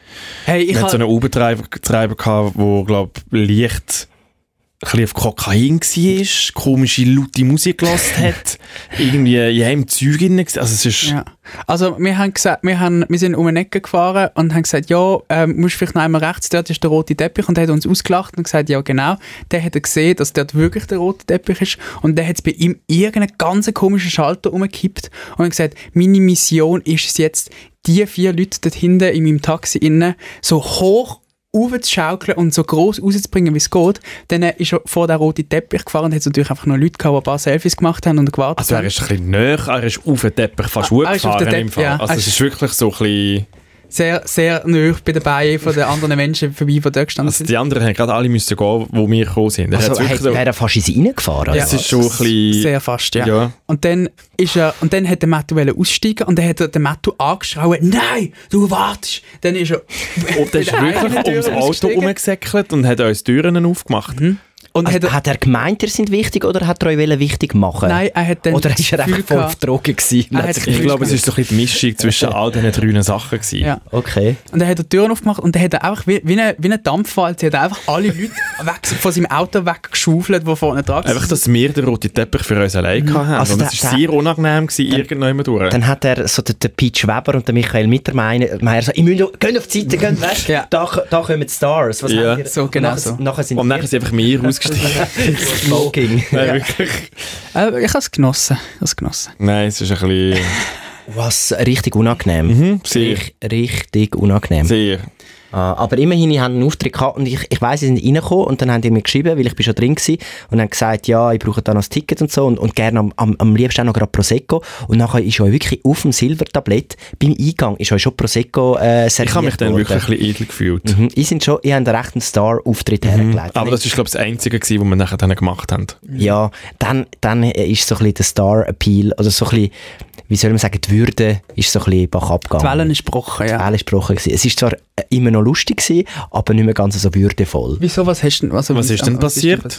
Hey, wir hatten so einen Uber-Treiber gehabt, der, glaube ich, leicht ein bisschen auf Kokain war, komische, laute Musik gehört hat, irgendwie im Zeug drin war. Also, es ist... Ja. Also, wir haben gesagt, wir sind um eine Ecke gefahren und haben gesagt, ja, musst vielleicht noch einmal rechts, dort ist der rote Teppich, und er hat uns ausgelacht und gesagt, ja, genau. Der hat gesehen, dass dort wirklich der rote Teppich ist, und der hat bei ihm irgendeinen ganz komischen Schalter umgekippt und hat gesagt, meine Mission ist es jetzt, die 4 Leute dort hinten in meinem Taxi innen so hoch aufzuschaukeln und so gross rauszubringen, wie es geht. Dann ist er vor den roten Teppich gefahren und hat natürlich einfach noch Leute gehabt, die ein paar Selfies gemacht haben und gewartet haben. Also er ist ein bisschen näher, er ist auf den Teppich fast hochgefahren im Fall. Ja. Also es ist wirklich so ein bisschen... Sehr, sehr nahe bei den Beinen von den anderen Menschen vorbei, die dort gestanden sind. Die anderen haben gerade alle müssen gehen, wo wir gekommen sind. Also wäre er fast in sie reingefahren? Ja, es ist schon ein bisschen... Sehr fast, ja. Und dann hat der Mattu aussteigen und dann hat der Mattu angeschrien, «Nein, du wartest!» Dann ist er... Und dann ist er wirklich ums Auto rumgesäckelt und hat uns Türen aufgemacht. Mhm. Und also, hat er gemeint, ihr seid wichtig, oder hat er euch wichtig machen? Nein, er hat dann... Oder ist er einfach voll auf Drogen gewesen? Ich glaube, es war so ein bisschen die Mischung zwischen all diesen 3 Sachen gewesen. Ja. Okay. Und dann hat er die Türen aufgemacht und dann hat er einfach wie ein Dampfwalze, hat er einfach alle Leute von seinem Auto weggeschaufelt, die vorne dran waren. Einfach, dass wir den roten Teppich für uns allein hatten. Also und es war sehr unangenehm irgendwann durch. Dann hat er so den Peach Weber und den Michael Mittermeier so, ich müsst gehen auf die Seite, gehen weg. Ja. Da kommen die Stars. Was ja. So, genau so. Nachher sind einfach wir ausgestiegen. Smoking. Ja, wirklich. Ich habe es genossen. Nein, es ist ein bisschen... Was, richtig unangenehm. Mhm, sehr. Richtig unangenehm. Sehr. Aber immerhin, ich hatte einen Auftritt gehabt und ich weiss, sie sind reingekommen und dann haben die mir geschrieben, weil ich bin schon drin war und haben gesagt, ja, ich brauche da noch ein Ticket und so und gerne am liebsten auch noch gerade Prosecco. Und nachher ist euch wirklich auf dem Silbertablett beim Eingang ist euch schon Prosecco serviert. Ich habe mich dann wirklich ein bisschen edel gefühlt. Mhm. Ich habe einen rechten Star-Auftritt hergelegt. Aber das war, glaube ich, das Einzige, was wir nachher dann gemacht haben. Ja, dann ist so ein bisschen der Star-Appeal, oder so ein bisschen, wie soll man sagen, die Würde ist so ein bisschen bach abgegangen. Die Wellen ist gebrochen, ja. Die Wellen ist gebrochen gewesen. Es ist zwar immer noch lustig gewesen, aber nicht mehr ganz so würdevoll. Wieso, was ist denn passiert?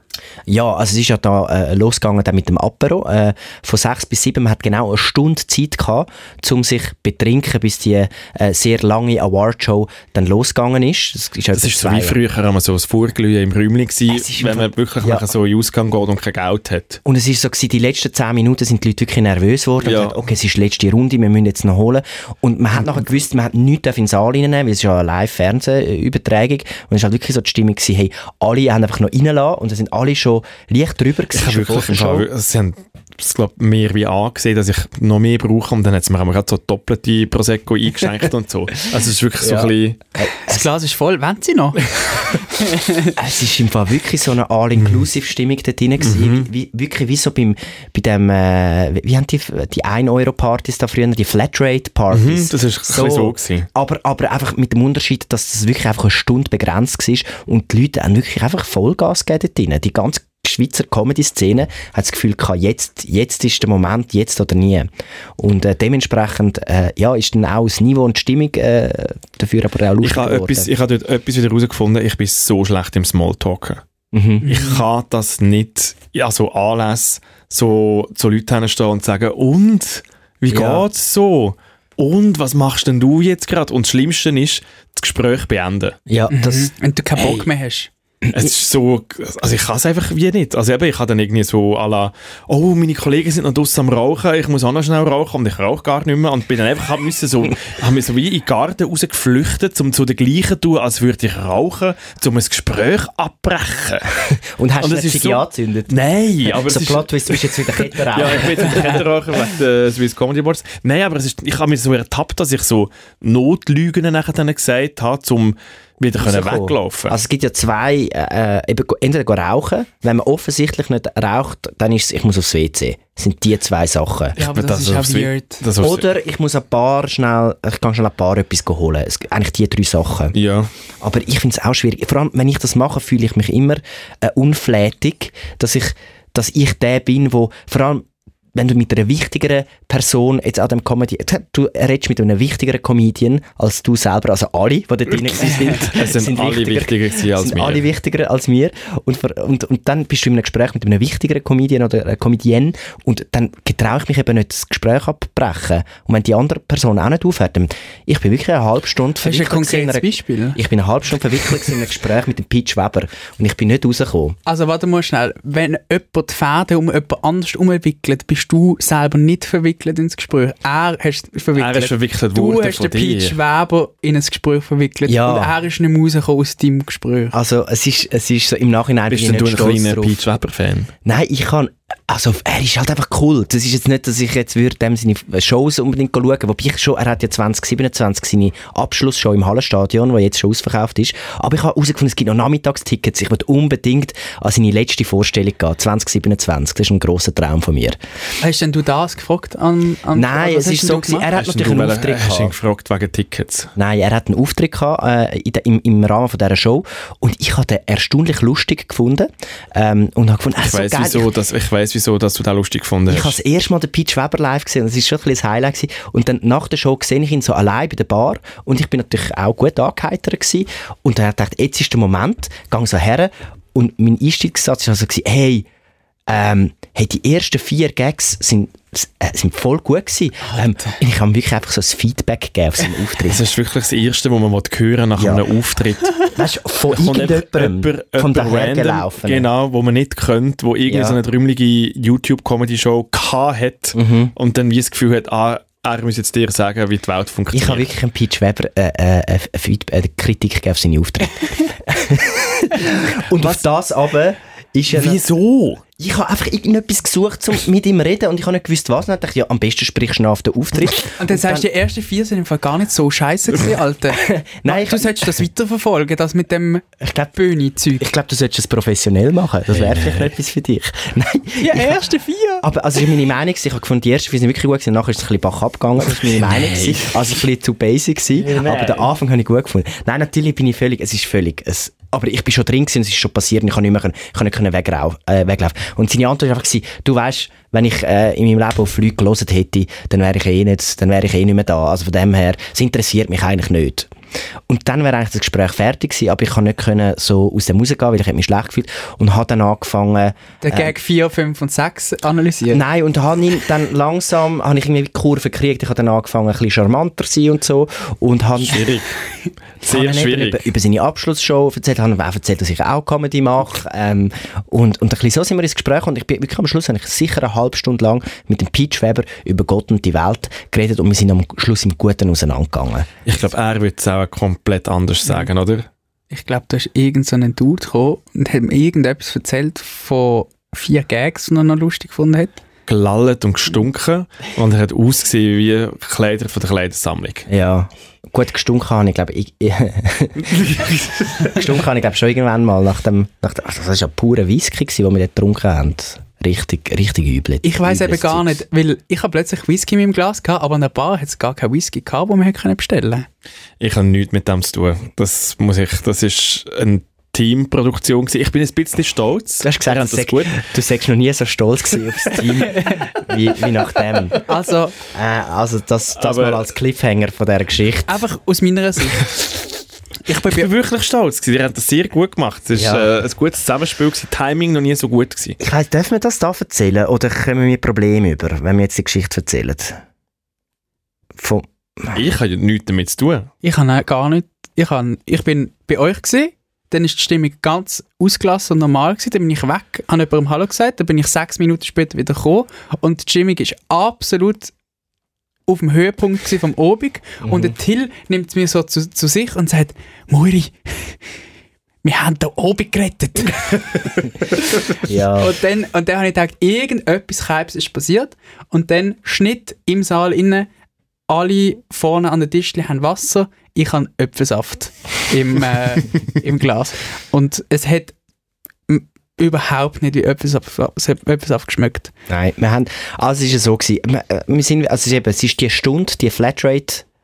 Ja, also es ist ja da losgegangen dann mit dem Apero. Von 6 bis 7, man hat genau eine Stunde Zeit gehabt, um sich betrinken, bis die sehr lange Awardshow dann losgegangen ist. Das ist so wie früher, haben wir so ein Vorglühen im Räumchen gewesen, wenn man wirklich so in den Ausgang geht und kein Geld hat. Und es ist so gewesen, die letzten 10 Minuten sind die Leute wirklich nervös geworden und gesagt, okay, es ist die letzte Runde, wir müssen jetzt noch holen. Und man hat nachher gewusst, man hat nichts in den Saal reinnehmen, weil es ist ja eine Live-Fernsehübertragung. Und es war halt wirklich so die Stimmung gewesen, hey, alle haben einfach noch reingelassen und da sind alle schon leicht drüber gewesen. Ich habe wirklich sie haben es, glaube ich, mehr wie angesehen, dass ich noch mehr brauche und dann hat es mir gerade so doppelte Prosecco eingeschenkt und so. Also es ist wirklich so ein bisschen... Das Glas ist voll, wollen Sie noch? Es ist im Fall wirklich so eine All-Inclusive-Stimmung dort drin gewesen. Wirklich wie so bei dem, wie haben die 1-Euro-Partys da früher, die Flatrate-Partys. Das ist so gewesen. Aber einfach mit dem Unterschied, dass das wirklich einfach eine Stunde begrenzt war und die Leute haben wirklich einfach Vollgas gegeben dort drin. Die ganze Schweizer Comedy-Szene hat das Gefühl gehabt, jetzt ist der Moment, jetzt oder nie. Und dementsprechend ist dann auch das Niveau und die Stimmung dafür aber auch lustig geworden. Ich habe dort etwas wieder herausgefunden, ich bin so schlecht im Smalltalken. Ich kann das nicht, so Anlässe, so Leute hinstehen und sagen, und, wie geht's so? Und, was machst denn du jetzt gerade? Und das Schlimmste ist, das Gespräch beenden. Ja, wenn du keinen Bock mehr hast. Es ist so, also ich kann es einfach wie nicht. Also eben, ich habe dann irgendwie so à la, oh, meine Kollegen sind noch draussen am Rauchen, ich muss auch noch schnell rauchen und ich rauche gar nicht mehr und bin dann einfach, habe mich so wie in den Garten rausgeflüchtet, um zu der gleichen zu tun, als würde ich rauchen, um ein Gespräch abbrechen. Und hast du das nicht angezündet? Nein, aber so Plot, du bist jetzt wieder Kettenraucher. Ja, ich bin jetzt wieder Kettenraucher wegen der Swiss Comedy Awards. Nein, aber ich habe mich so ertappt, dass ich so Notlügen nachher dann gesagt habe, um wieder weglaufen. Also es gibt ja zwei, entweder rauchen, wenn man offensichtlich nicht raucht, dann ist es, ich muss aufs WC. Das sind die zwei Sachen. Ja, aber das ist auch weird. Oder ich muss ich kann schnell ein paar etwas holen. Es gibt eigentlich die 3 Sachen. Ja. Aber ich finde es auch schwierig. Vor allem, wenn ich das mache, fühle ich mich immer unflätig, dass ich der bin, wo vor allem wenn du mit einer wichtigeren Person jetzt an dem Comedy, du redest mit einem wichtigeren Comedian als du selber, also alle, die dort drin sind. Es sind alle wichtiger als mir. Alle wichtiger als mir. Und dann bist du in einem Gespräch mit einem wichtigeren Comedian oder Comedienne und dann getraue ich mich eben nicht, das Gespräch abbrechen. Und wenn die andere Person auch nicht aufhört, dann, ich bin wirklich eine halbe Stunde verwickelt. Hast du ein konkretes Beispiel? Ich bin eine halbe Stunde verwickelt in einem Gespräch mit dem Pete Weber und ich bin nicht rausgekommen. Also warte mal schnell, wenn jemand die Fäden um jemand anders umwickelt, bist du selber nicht verwickelt ins Gespräch. Er ist verwickelt worden. Du hast den Pete Weber in ein Gespräch verwickelt und er ist nicht rausgekommen aus deinem Gespräch. Also es ist so im Nachhinein bist bin ich nicht du ein stolz kleiner Pete Weber-Fan? Nein, also er ist halt einfach cool. Das ist jetzt nicht, dass ich jetzt dem seine Shows unbedingt schauen, wobei er hat ja 2027 seine Abschlussshow im Hallenstadion, die jetzt schon ausverkauft ist. Aber ich habe herausgefunden, es gibt noch Nachmittagstickets. Ich will unbedingt an seine letzte Vorstellung gehen, 2027. Das ist ein grosser Traum von mir. Hast denn du das gefragt? Nein, es ist so gewesen, er hat natürlich einen Auftritt gehabt. Hast du ihn gefragt wegen Tickets? Nein, er hat einen Auftritt gehabt im Rahmen von dieser Show und ich habe den erstaunlich lustig gefunden und habe gefunden, ich weiss, wieso dass du den lustig gefunden hast. Ich habe das erste Mal den Pete Weber live gesehen und das war schon ein bisschen das Highlight gewesen. Und dann nach der Show sehe ich ihn so allein bei der Bar und ich bin natürlich auch gut angeheitert gewesen. Und dann habe ich gedacht, jetzt ist der Moment, gehe so her und mein Einstiegssatz war also hey, die ersten 4 Gags sind voll gut gewesen. Ich habe wirklich einfach so ein Feedback gegeben auf seinen Auftritt. Das ist wirklich das Erste, was man hören nach einem Auftritt. Weißt du, von irgendjemandem von daher gelaufen. Genau, wo man nicht kennt, wo irgendeine so eine trümmelige YouTube-Comedy-Show hat und dann wie das Gefühl hat, er muss jetzt dir sagen, wie die Welt funktioniert. Ich habe wirklich einem Pete Weber eine Kritik gegeben auf seine Auftritte. Und auf das aber ist wieso? Ich habe einfach irgendetwas gesucht, um mit ihm zu reden und ich habe nicht gewusst, was. Und dann dachte ich, am besten sprichst du noch auf den Auftritt. Und dann sagst du, die ersten 4 sind im Fall gar nicht so scheiße gewesen, Alter. Nein, du solltest das weiterverfolgen, das mit dem Bühne-Zeug. Ich glaube, du solltest es professionell machen. Das wäre vielleicht etwas für dich. Nein. Die ersten 4? Aber also, das ist meine Meinung. Ich habe gefunden, die ersten 4 sind wirklich gut gewesen. Nachher ist es ein bisschen bach abgegangen. Das war meine Meinung. Also ein bisschen zu basic gewesen. Aber den Anfang habe ich gut gefunden. Nein, natürlich bin ich aber ich bin schon drin gewesen, es ist schon passiert und ich kann nicht weglaufen. Und seine Antwort war einfach, du weißt, wenn ich in meinem Leben auf Flüge gehört hätte, dann wäre ich eh nicht mehr da. Also von dem her, es interessiert mich eigentlich nicht. Und dann wäre eigentlich das Gespräch fertig gewesen, aber ich konnte nicht so aus dem rausgehen, weil ich mich schlecht gefühlt und habe dann angefangen... Den Gag 4, 5 und 6 analysieren? Nein, und dann langsam habe ich irgendwie die Kurve gekriegt. Ich habe dann angefangen, ein bisschen charmanter zu sein und so. Und schwierig. Sehr schwierig. Über seine Abschlussshow erzählt, habe auch erzählt, dass ich auch Comedy mache. Und ein bisschen so sind wir ins Gespräch und ich bin wirklich am Schluss, habe ich sicher eine halbe Stunde lang mit dem Pete Weber über Gott und die Welt geredet und wir sind am Schluss im Guten auseinandergegangen. Ich glaube, er würde es auch komplett anders sagen, oder? Ich glaube, da ist irgend so ein Dude gekommen und hat mir irgendetwas erzählt von 4 Gags, die er noch lustig gefunden hat. Gelallt und gestunken und er hat ausgesehen wie Kleider von der Kleidersammlung. Ja, gut, gestunken habe ich, glaube ich. Gestunken habe ich, glaube schon irgendwann mal das war ja purer Whisky, den wir dort getrunken haben. Richtig übel. Ich weiss eben gar nicht, weil ich habe plötzlich Whisky in meinem Glas gehabt, aber an der Bar hat es gar keinen Whisky gehabt, den wir bestellen können. Ich habe nichts mit dem zu tun. Das ist eine Teamproduktion gewesen. Ich bin ein bisschen stolz. Du hast gesagt, du sagst noch nie so stolz gewesen auf das Team wie nach dem. Also das mal als Cliffhanger von dieser Geschichte. Einfach aus meiner Sicht. Ich bin wirklich stolz gewesen. Ihr habt das sehr gut gemacht. Es war ein gutes Zusammenspiel gewesen. Timing noch nie so gut gewesen. Ich weiss, dürfen wir das da erzählen oder kommen wir Probleme über, wenn wir jetzt die Geschichte erzählen? Ich habe ja nichts damit zu tun. Ich habe gar nicht. Ich bin bei euch gewesen. Dann ist die Stimmung ganz ausgelassen und normal gewesen. Dann bin ich weg, habe jemandem Hallo gesagt, dann bin ich 6 Minuten später wieder gekommen und die Stimmung ist absolut auf dem Höhepunkt vom Obig. Und der Till nimmt es mir so zu sich und sagt, Moiri, wir haben da Obig gerettet. Ja. Und dann habe ich gedacht, irgendetwas Keibs ist passiert und dann Schnitt im Saal innen, alle vorne an den Tischchen haben Wasser, ich habe Äpfelsaft im Glas. Und es hat überhaupt nicht wie Äpfelsaft geschmeckt. Nein, es ist ja so gewesen. Es ist die Stunde, die Flatrate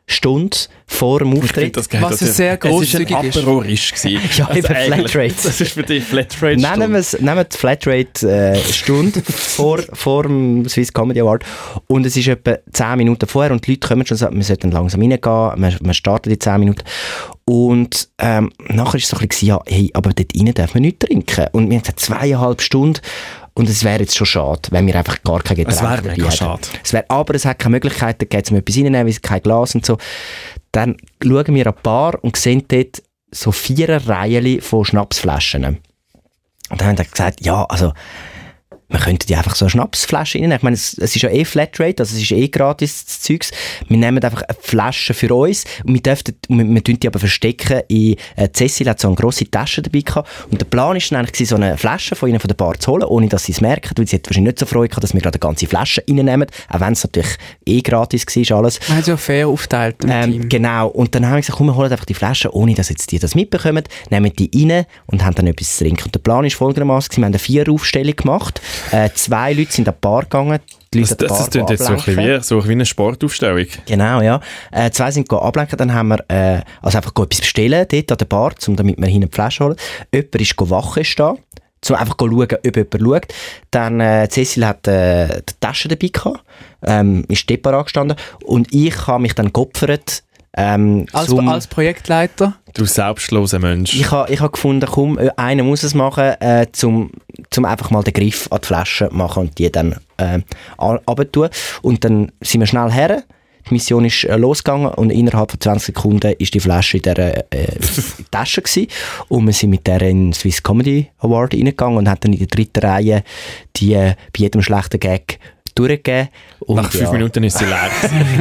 Stunde vor dem Auftritt. Was sehr grosszügig ist. Es war ein Aperol-Risch. Ja, eben Flatrate. Das ist für dich Flatrate-Stunde. Nehmen die Flatrate-Stunde vor dem Swiss Comedy Award und es ist etwa 10 Minuten vorher und die Leute kommen schon und sagen, wir sollten langsam reingehen, wir starten die 10 Minuten und nachher war es so ein bisschen, ja, hey, aber dort rein darf man nichts trinken und wir haben gesagt, 2,5 Stunden. Und es wäre jetzt schon schade, wenn wir einfach gar kein Getränk dabei hätten. Es wäre mega schade. Aber es hat keine Möglichkeit, da geht es um etwas reinnehmen, weil es kein Glas und so. Dann schauen wir an die Bar und sehen dort so 4 Reihen von Schnapsflaschen. Und dann haben wir gesagt, ja, also man könnte die einfach so eine Schnapsflasche reinnehmen. Ich meine, es ist ja Flatrate, also es ist gratis, das Zeugs. Wir nehmen einfach eine Flasche für uns und wir tun die aber verstecken in Cecil hat so eine grosse Tasche dabei gehabt. Und der Plan war dann eigentlich, so eine Flasche von ihnen von der Bar zu holen, ohne dass sie es merken, weil sie hat wahrscheinlich nicht so Freude gehabt, dass wir gerade eine ganze Flasche reinnehmen, auch wenn es natürlich gratis war, alles. Man hat es ja fair aufgeteilt im Team. Genau, und dann haben wir gesagt, komm, wir holen einfach die Flasche, ohne dass jetzt die das mitbekommen, nehmen die rein und haben dann etwas zu trinken. Und der Plan ist folgendermaßen, wir haben eine 4-Aufstellung gemacht. 2 Leute sind an die Bar gegangen. Das klingt jetzt so wie eine Sportaufstellung. Genau, ja. 2 sind ablenken, dann haben wir also einfach etwas bestellen dort an der Bar, damit wir hinten die Flasche holen. Jemand ist Wache stehen, um einfach zu schauen, ob jemand schaut. Dann Cecil hat die Tasche dabei gehabt, ist dort angestanden und ich habe mich dann geopfert. Als Projektleiter? Du selbstloser Mensch. Ich habe gefunden, komm, einer muss es machen, zum einfach mal den Griff an die Flasche machen und die dann runter. Und dann sind wir schnell her. Die Mission ist losgegangen und innerhalb von 20 Sekunden ist die Flasche in der Tasche gewesen. Und wir sind mit der in den Swiss Comedy Award reingegangen und haben dann in der 3. Reihe die bei jedem schlechten Gag durchgegeben. Und nach 5 Minuten ist sie leer.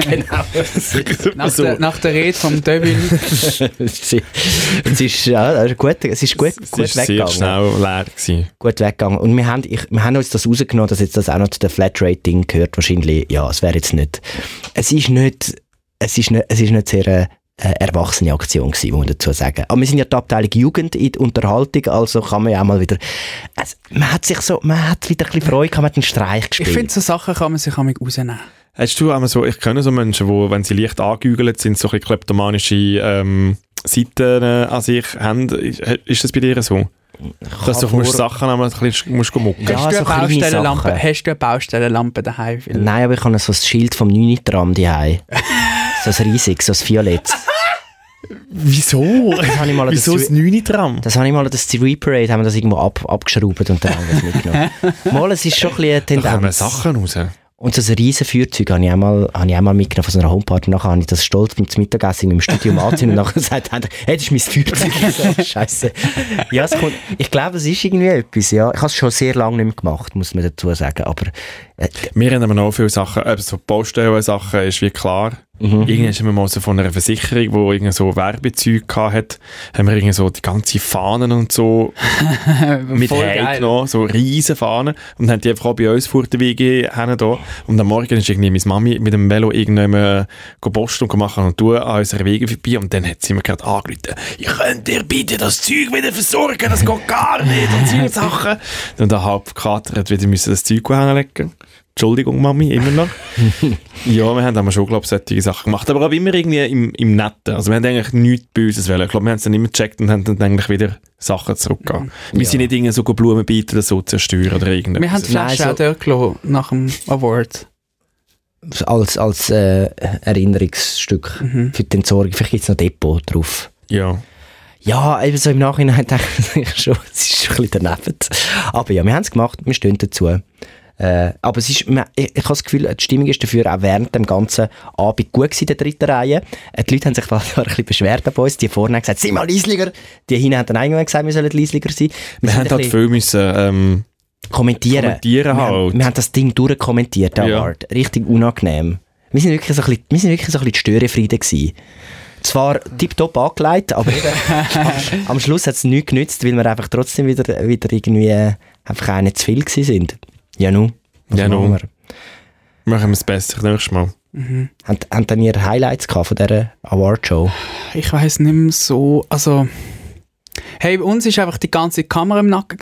Genau. Nach der Rede vom Devil. es ist gut weggegangen. Sehr schnell leer gewesen. Gut weggegangen. Und wir haben uns das rausgenommen, dass jetzt das auch noch zu der Flatrate-Ding gehört. Wahrscheinlich, ja, es wäre jetzt nicht. Es ist nicht sehr erwachsene Aktion gewesen, muss man dazu sagen. Aber wir sind ja die Abteilung Jugend in der Unterhaltung, also kann man ja auch mal wieder, man hat wieder ein bisschen Freude gehabt, man hat einen Streich gespielt. Ich finde, so Sachen kann man sich auch mit rausnehmen. Hast du einmal so, ich kenne so Menschen, die, wenn sie leicht angehügelt sind, so ein bisschen kleptomanische Seiten an sich haben. Ist das bei dir so? Dass du Sachen einmal ein bisschen mucken. Ja, hast du eine Baustellenlampe daheim? Nein, aber ich habe so ein Schild vom 9-Tram daheim. So ein riesiges, so ein violettes. Wieso? Wieso das 9-Tram? Das habe ich mal an der Street Parade, haben wir das irgendwo abgeschraubt und dann haben wir es mitgenommen. Mal, es ist schon ein bisschen eine Tendenz. Da kommen Sachen raus. Und so ein riesen Feuerzeug habe ich auch mal mitgenommen von so einer Homeparty. Nachher habe ich das stolz zum Mittagessen im Studium angezogen und nachher gesagt, hey, das ist mein Feuerzeug. So, Scheiße. Ja, ich glaube, es ist irgendwie etwas, ja. Ich habe es schon sehr lange nicht mehr gemacht, muss man dazu sagen, aber... wir haben aber noch viele Sachen, so Baustellen-Sachen ist wie klar. Irgendwann haben wir mal so von einer Versicherung, die irgendwie so Werbezeug hatte, haben wir irgendwie so die ganzen Fahnen und so mit heimgenommen, so riesen Fahnen, und haben die einfach auch bei uns vor der Wege hin da. Und am Morgen ist irgendwie meine Mami mit dem Velo irgendjemand posten und machen und tun an unserer Wege vorbei, und dann hat sie mir gerade angerufen, ich könnte dir bitte das Zeug wieder versorgen, das geht gar nicht, und solche Sachen. Und dann halb gekatert wieder müssen das Zeug hinlegen. Entschuldigung, Mami, immer noch. Ja, wir haben schon, glaube ich, solche Sachen gemacht. Aber auch immer irgendwie im Netten. Also wir haben eigentlich nichts Böses wollen. Ich glaube, wir haben es dann immer gecheckt und haben dann eigentlich wieder Sachen zurückgegeben. Wir sind nicht irgendwie so Blumen bieten oder so zerstören oder irgendwas. Wir haben die Flasche auch dort gelassen, nach dem Award. Als Erinnerungsstück für die Entsorgung. Vielleicht gibt es noch Depot drauf. Ja. Ja, eben so im Nachhinein denke ich schon, es ist schon ein bisschen daneben. Aber ja, wir haben es gemacht, wir stehen dazu. Aber es ist, ich habe das Gefühl, die Stimmung ist dafür auch während dem ganzen Abend gut gewesen, in der 3. Reihe. Die Leute haben sich ein bisschen beschwert bei uns. Die vorne haben gesagt, sei mal leisliger. Die hinten haben dann irgendwann gesagt, wir sollen leisliger sein. Wir haben halt viel müssen kommentieren halt. Wir haben das Ding durchkommentiert, der Award. Richtig unangenehm. Wir sind wirklich so ein bisschen die Störenfriede gewesen. Zwar tipptopp angelegt, aber am Schluss hat es nichts genützt, weil wir einfach trotzdem wieder irgendwie einfach auch nicht zu viel gewesen sind. Ja, nun. Machen wir es besser nächstes Mal. Haben dann ihr Highlights gehabt von dieser Awardshow? Ich weiss nicht mehr so. Also, hey, bei uns war einfach die ganze Kamera im Nacken gewesen.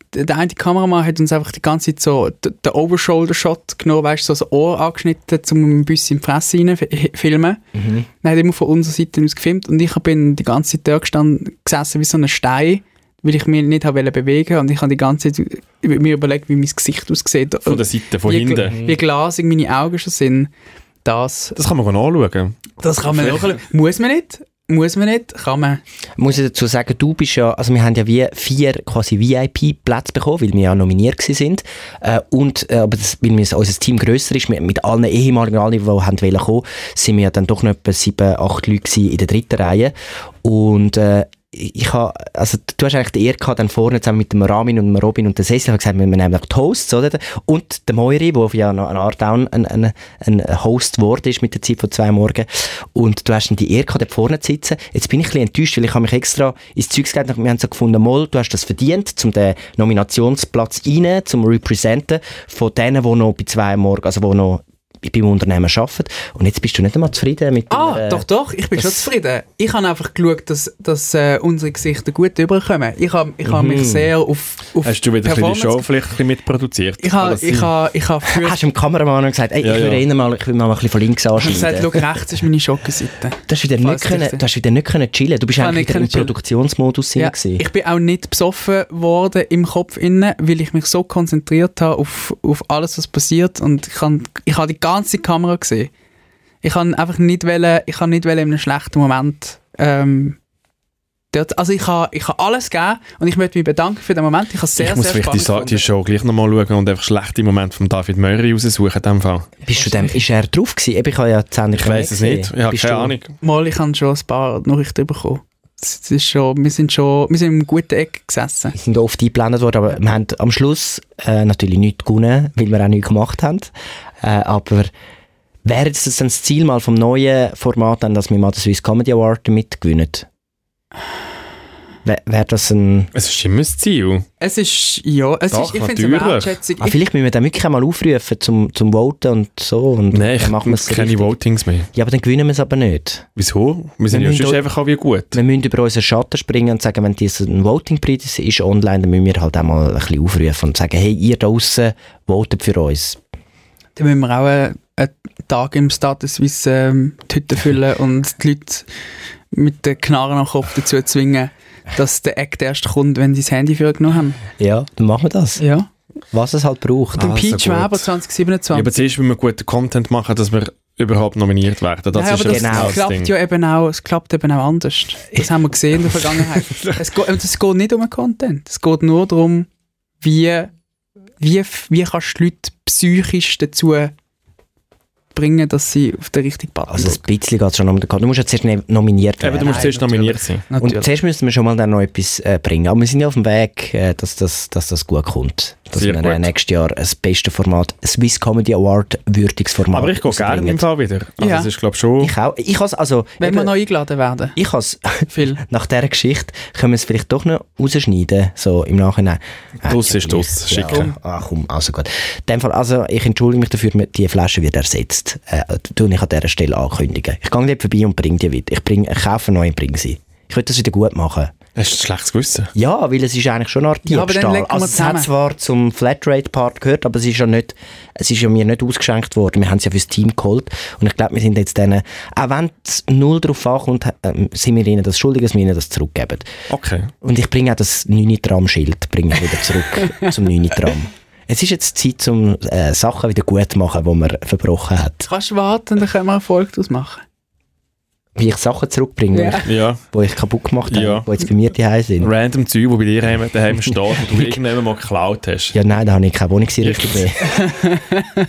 der eine Kameramann hat uns einfach die ganze Zeit so den Overshoulder-Shot genommen, weißt du, so das Ohr angeschnitten, um ein bisschen in die Fresse rein filmen. Dann hat er immer von unserer Seite aus gefilmt und ich bin die ganze Zeit da gesessen wie so ein Stein, weil ich mich nicht bewegen wollte und ich habe die ganze Zeit mir überlegt, wie mein Gesicht aussieht. Von der Seite, von hinten. Wie glasig meine Augen schon sind. Das kann man anschauen. Das kann man nachschauen. Muss man nicht, kann man. Muss ich dazu sagen, du bist ja, also wir haben ja wie 4 quasi VIP-Plätze bekommen, weil wir ja nominiert waren. Aber weil unser Team grösser ist, mit allen ehemaligen, alle, die kommen wollten, sind wir ja dann doch noch etwa 7, 8 Leute in der 3. Reihe. Und also du hast eigentlich die Ehre gehabt, dann vorne zusammen mit dem Ramin und dem Robin und der Cecil, haben gesagt, wir nehmen auch die Hosts, oder? Und der Moiri, der ja noch eine Art ein Host geworden ist mit der Zeit von 2 Morgen. Und du hast dann die Ehre gehabt, dort vorne zu sitzen. Jetzt bin ich ein bisschen enttäuscht, weil ich habe mich extra ins Zeug gegeben, wir haben so gefunden, Moll, du hast das verdient, um den Nominationsplatz rein, zum Representen von denen, die noch bei 2 Morgen, also die noch beim Unternehmen arbeiten. Und jetzt bist du nicht einmal zufrieden mit dem... Doch, ich bin schon zufrieden. Ich habe einfach geschaut, dass unsere Gesichter gut überkommen. Ich habe mich sehr auf Hast du wieder die Show vielleicht ein bisschen mitproduziert? Ich habe Hast du dem Kameramann gesagt, ich will mal ein bisschen von links anschneiden? Ich habe gesagt, rechts ist meine Schockenseite. Du hast wieder nicht können chillen. Du bist eigentlich wieder im Produktionsmodus gewesen. Ich bin auch nicht besoffen worden im Kopf innen, weil ich mich so konzentriert habe auf alles, was passiert. Und ich habe die ganze Kamera gesehen. Ich kann einfach nicht in einem schlechten Moment dort, also ich habe alles gegeben und ich möchte mich bedanken für den Moment. Ich muss vielleicht die Show gleich nochmal schauen und einfach schlechte Momente von David Möri raussuchen in dem Fall. Ist er drauf gewesen? Ich habe ja die Sendung Ich weiss es nicht, ich habe keine Ahnung. Mal, ich habe schon ein paar Nachrichten bekommen. Wir sind in einem guten Eck gesessen. Wir sind oft eingeblendet worden, aber wir haben am Schluss natürlich nichts gewonnen, weil wir auch nichts gemacht haben. Aber wäre jetzt das dann das Ziel mal vom neuen Format, dann, dass wir mal den Swiss Comedy Award mitgewinnen? Wäre das ein... Es ist immer das Ziel. Ich finde es eine Wertschätzung. Vielleicht müssen wir dann wirklich einmal aufrufen zum Voten und so. Und nein, ich mache keine Votings mehr. Ja, aber dann gewinnen wir es aber nicht. Wieso? Wir sind ja sonst einfach auch wie gut. Wir müssen über unseren Schatten springen und sagen, wenn ein Voting-Preis ist online, dann müssen wir halt auch mal ein bisschen aufrufen und sagen, hey, ihr da draussen votet für uns. Dann müssen wir auch einen Tag im Status Suisse die Hütte füllen und die Leute mit den Knarren am Kopf dazu zwingen, dass der Act erst kommt, wenn sie das Handy für genommen haben. Ja, dann machen wir das. Ja. Was es halt braucht. Der Peach Weber 2027. Ja, aber zuerst müssen wir guten Content machen, dass wir überhaupt nominiert werden. Das ist aber das klappt eben auch anders. Das haben wir gesehen in der Vergangenheit. Es geht nicht um den Content. Es geht nur darum, wie kannst du die Leute psychisch dazu bringen, dass sie auf den richtigen Button Also ein bisschen geht es schon um den Content. Du musst ja zuerst nominiert werden. Du musst zuerst nominiert sein. Und zuerst müssen wir schon mal dann noch etwas bringen. Aber wir sind ja auf dem Weg, dass das gut kommt. Dass wir dann nächstes Jahr das beste Format, Swiss Comedy Award, würdiges Format. Aber ich gehe gerne im Fall wieder. Also ja. Das ist, glaube ich, schon... Ich auch. Wenn wir noch eingeladen werden. Ich habe nach dieser Geschichte können wir es vielleicht doch noch rausschneiden, so im Nachhinein. Das ist das. Schicken. Komm, also gut. In dem Fall, also ich entschuldige mich dafür, die Flasche wird ersetzt. Tue ich an dieser Stelle ankündigen. Ich gehe nicht vorbei und bringe die wieder. Ich kaufe neu und bringe sie. Ich will das wieder gut machen. Hast du ein schlechtes Gewissen? Ja, weil es ist eigentlich schon eine Art Diebstahl. Also es hat zwar zum Flatrate-Part gehört, aber es ist ja mir nicht ausgeschenkt worden. Wir haben es ja fürs Team geholt. Und ich glaube, wir sind jetzt denen, auch wenn es null drauf ankommt, sind wir ihnen das schuldig, dass wir ihnen das zurückgeben. Okay. Und ich bringe auch das 9-Tram-Schild wieder zurück zum 9-Tram. Es ist jetzt Zeit, um Sachen wieder gut zu machen, die man verbrochen hat. Kannst du warten, dann können wir Erfolg daraus machen. Wie ich Sachen zurückbringe, die ich kaputt gemacht habe, die jetzt bei mir daheim sind. Random Zeug, die bei dir daheim steht und du irgendwann mal geklaut hast. Ja, nein, da habe ich keine Wohnungseinrichtung mehr.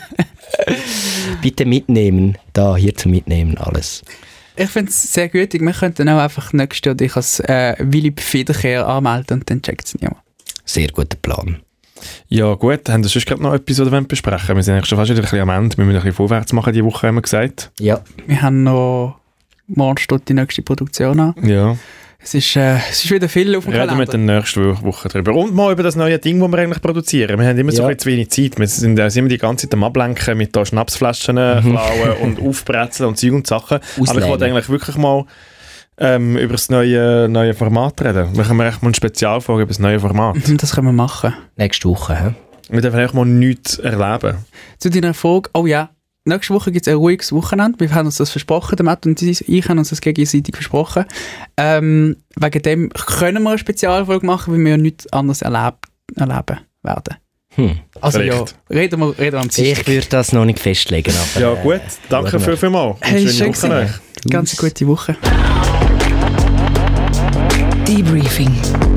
Bitte mitnehmen, hier zum Mitnehmen alles. Ich finde es sehr gütig. Wir könnten auch einfach nächstes Jahr dich als Willi Federkehr anmelden und dann checkt es niemand. Sehr guter Plan. Ja gut, haben wir sonst gerade noch etwas, was wir besprechen? Wir sind eigentlich schon fast wieder ein bisschen am Ende. Wir müssen ein bisschen vorwärts machen diese Woche, haben wir gesagt. Ja. Wir haben noch... Morgen steht die nächste Produktion an. Ja. Es ist wieder viel auf dem Kalender. Reden wir dann nächste Woche drüber. Und mal über das neue Ding, das wir eigentlich produzieren. Wir haben immer so ein bisschen zu wenig Zeit. Wir sind immer die ganze Zeit am Ablenken mit da Schnapsflaschen klauen und aufbrezeln und Zeug und Sachen. Auslehnen. Aber ich wollte eigentlich wirklich mal über das neue Format reden. Wir können echt mal eine Spezialfolge über das neue Format. Das können wir machen. Nächste Woche, hä? Wir dürfen einfach mal nichts erleben. Zu deiner Frage, oh ja, nächste Woche gibt es ein ruhiges Wochenende. Wir haben uns das versprochen, der Matt und ich haben uns das gegenseitig versprochen. Wegen dem können wir eine Spezialfolge machen, weil wir ja nichts anderes erleben werden. Also Vielleicht. ja, reden wir am Dienstag. Ich würde das noch nicht festlegen. Aber, Ja gut, danke vielmals. Hey, schön Woche euch. Ganz gute Woche. Debriefing.